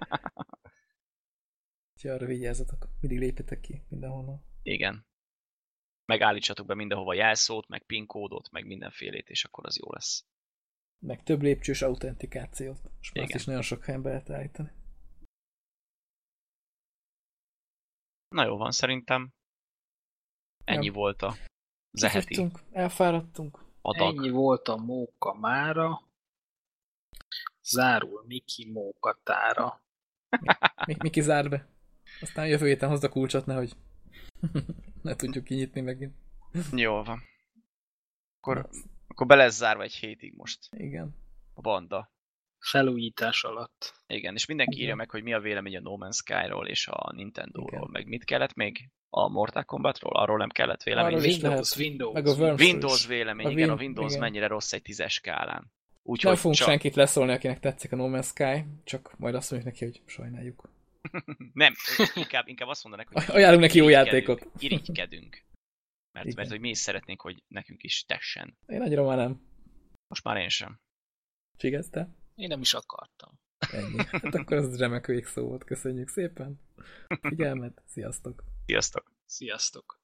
Úgyhogy arra vigyázzatok. Mindig lépjetek ki mindenhonnan.
Igen. Megállítsatok be mindenhova jelszót, meg PIN kódot, meg mindenfélét, és akkor az jó lesz.
Meg több lépcsős autentikációt. És már is nagyon sok helyen be lehet állítani.
Na jó van, szerintem ennyi volt a zeheti.
Elfáradtunk.
Adag.
Ennyi volt a móka mára. Zárul Miki mókatára.
Miki zár be. Aztán jövő héten hozd a kulcsot, nehogy ne tudjuk kinyitni megint.
Jó van. Akkor be lesz zárva egy hétig most.
Igen.
A banda.
Felújítás alatt.
Igen, és mindenki írja meg, hogy mi a vélemény a No Man's Sky-ról és a Nintendo-ról, meg mit kellett még a Mortal Kombatról, arról nem kellett vélemény. Windows vélemény, igen, a Windows igen. Mennyire rossz egy 10-es skálán.
Nem fogunk senkit leszólni, akinek tetszik a No Man's Sky, csak majd azt mondjuk neki, hogy sajnáljuk.
Nem, inkább azt mondanak, hogy
ajánlunk neki jó játékot.
Irigykedünk. Mert hogy mi is szeretnénk, hogy nekünk is tessen.
Én annyira már nem.
Most már én sem.
Csigez, te?
Én nem is akartam.
Ennyi. Hát akkor ez remek végszó volt. Köszönjük szépen. Figyelmet. Sziasztok.
Sziasztok.
Sziasztok.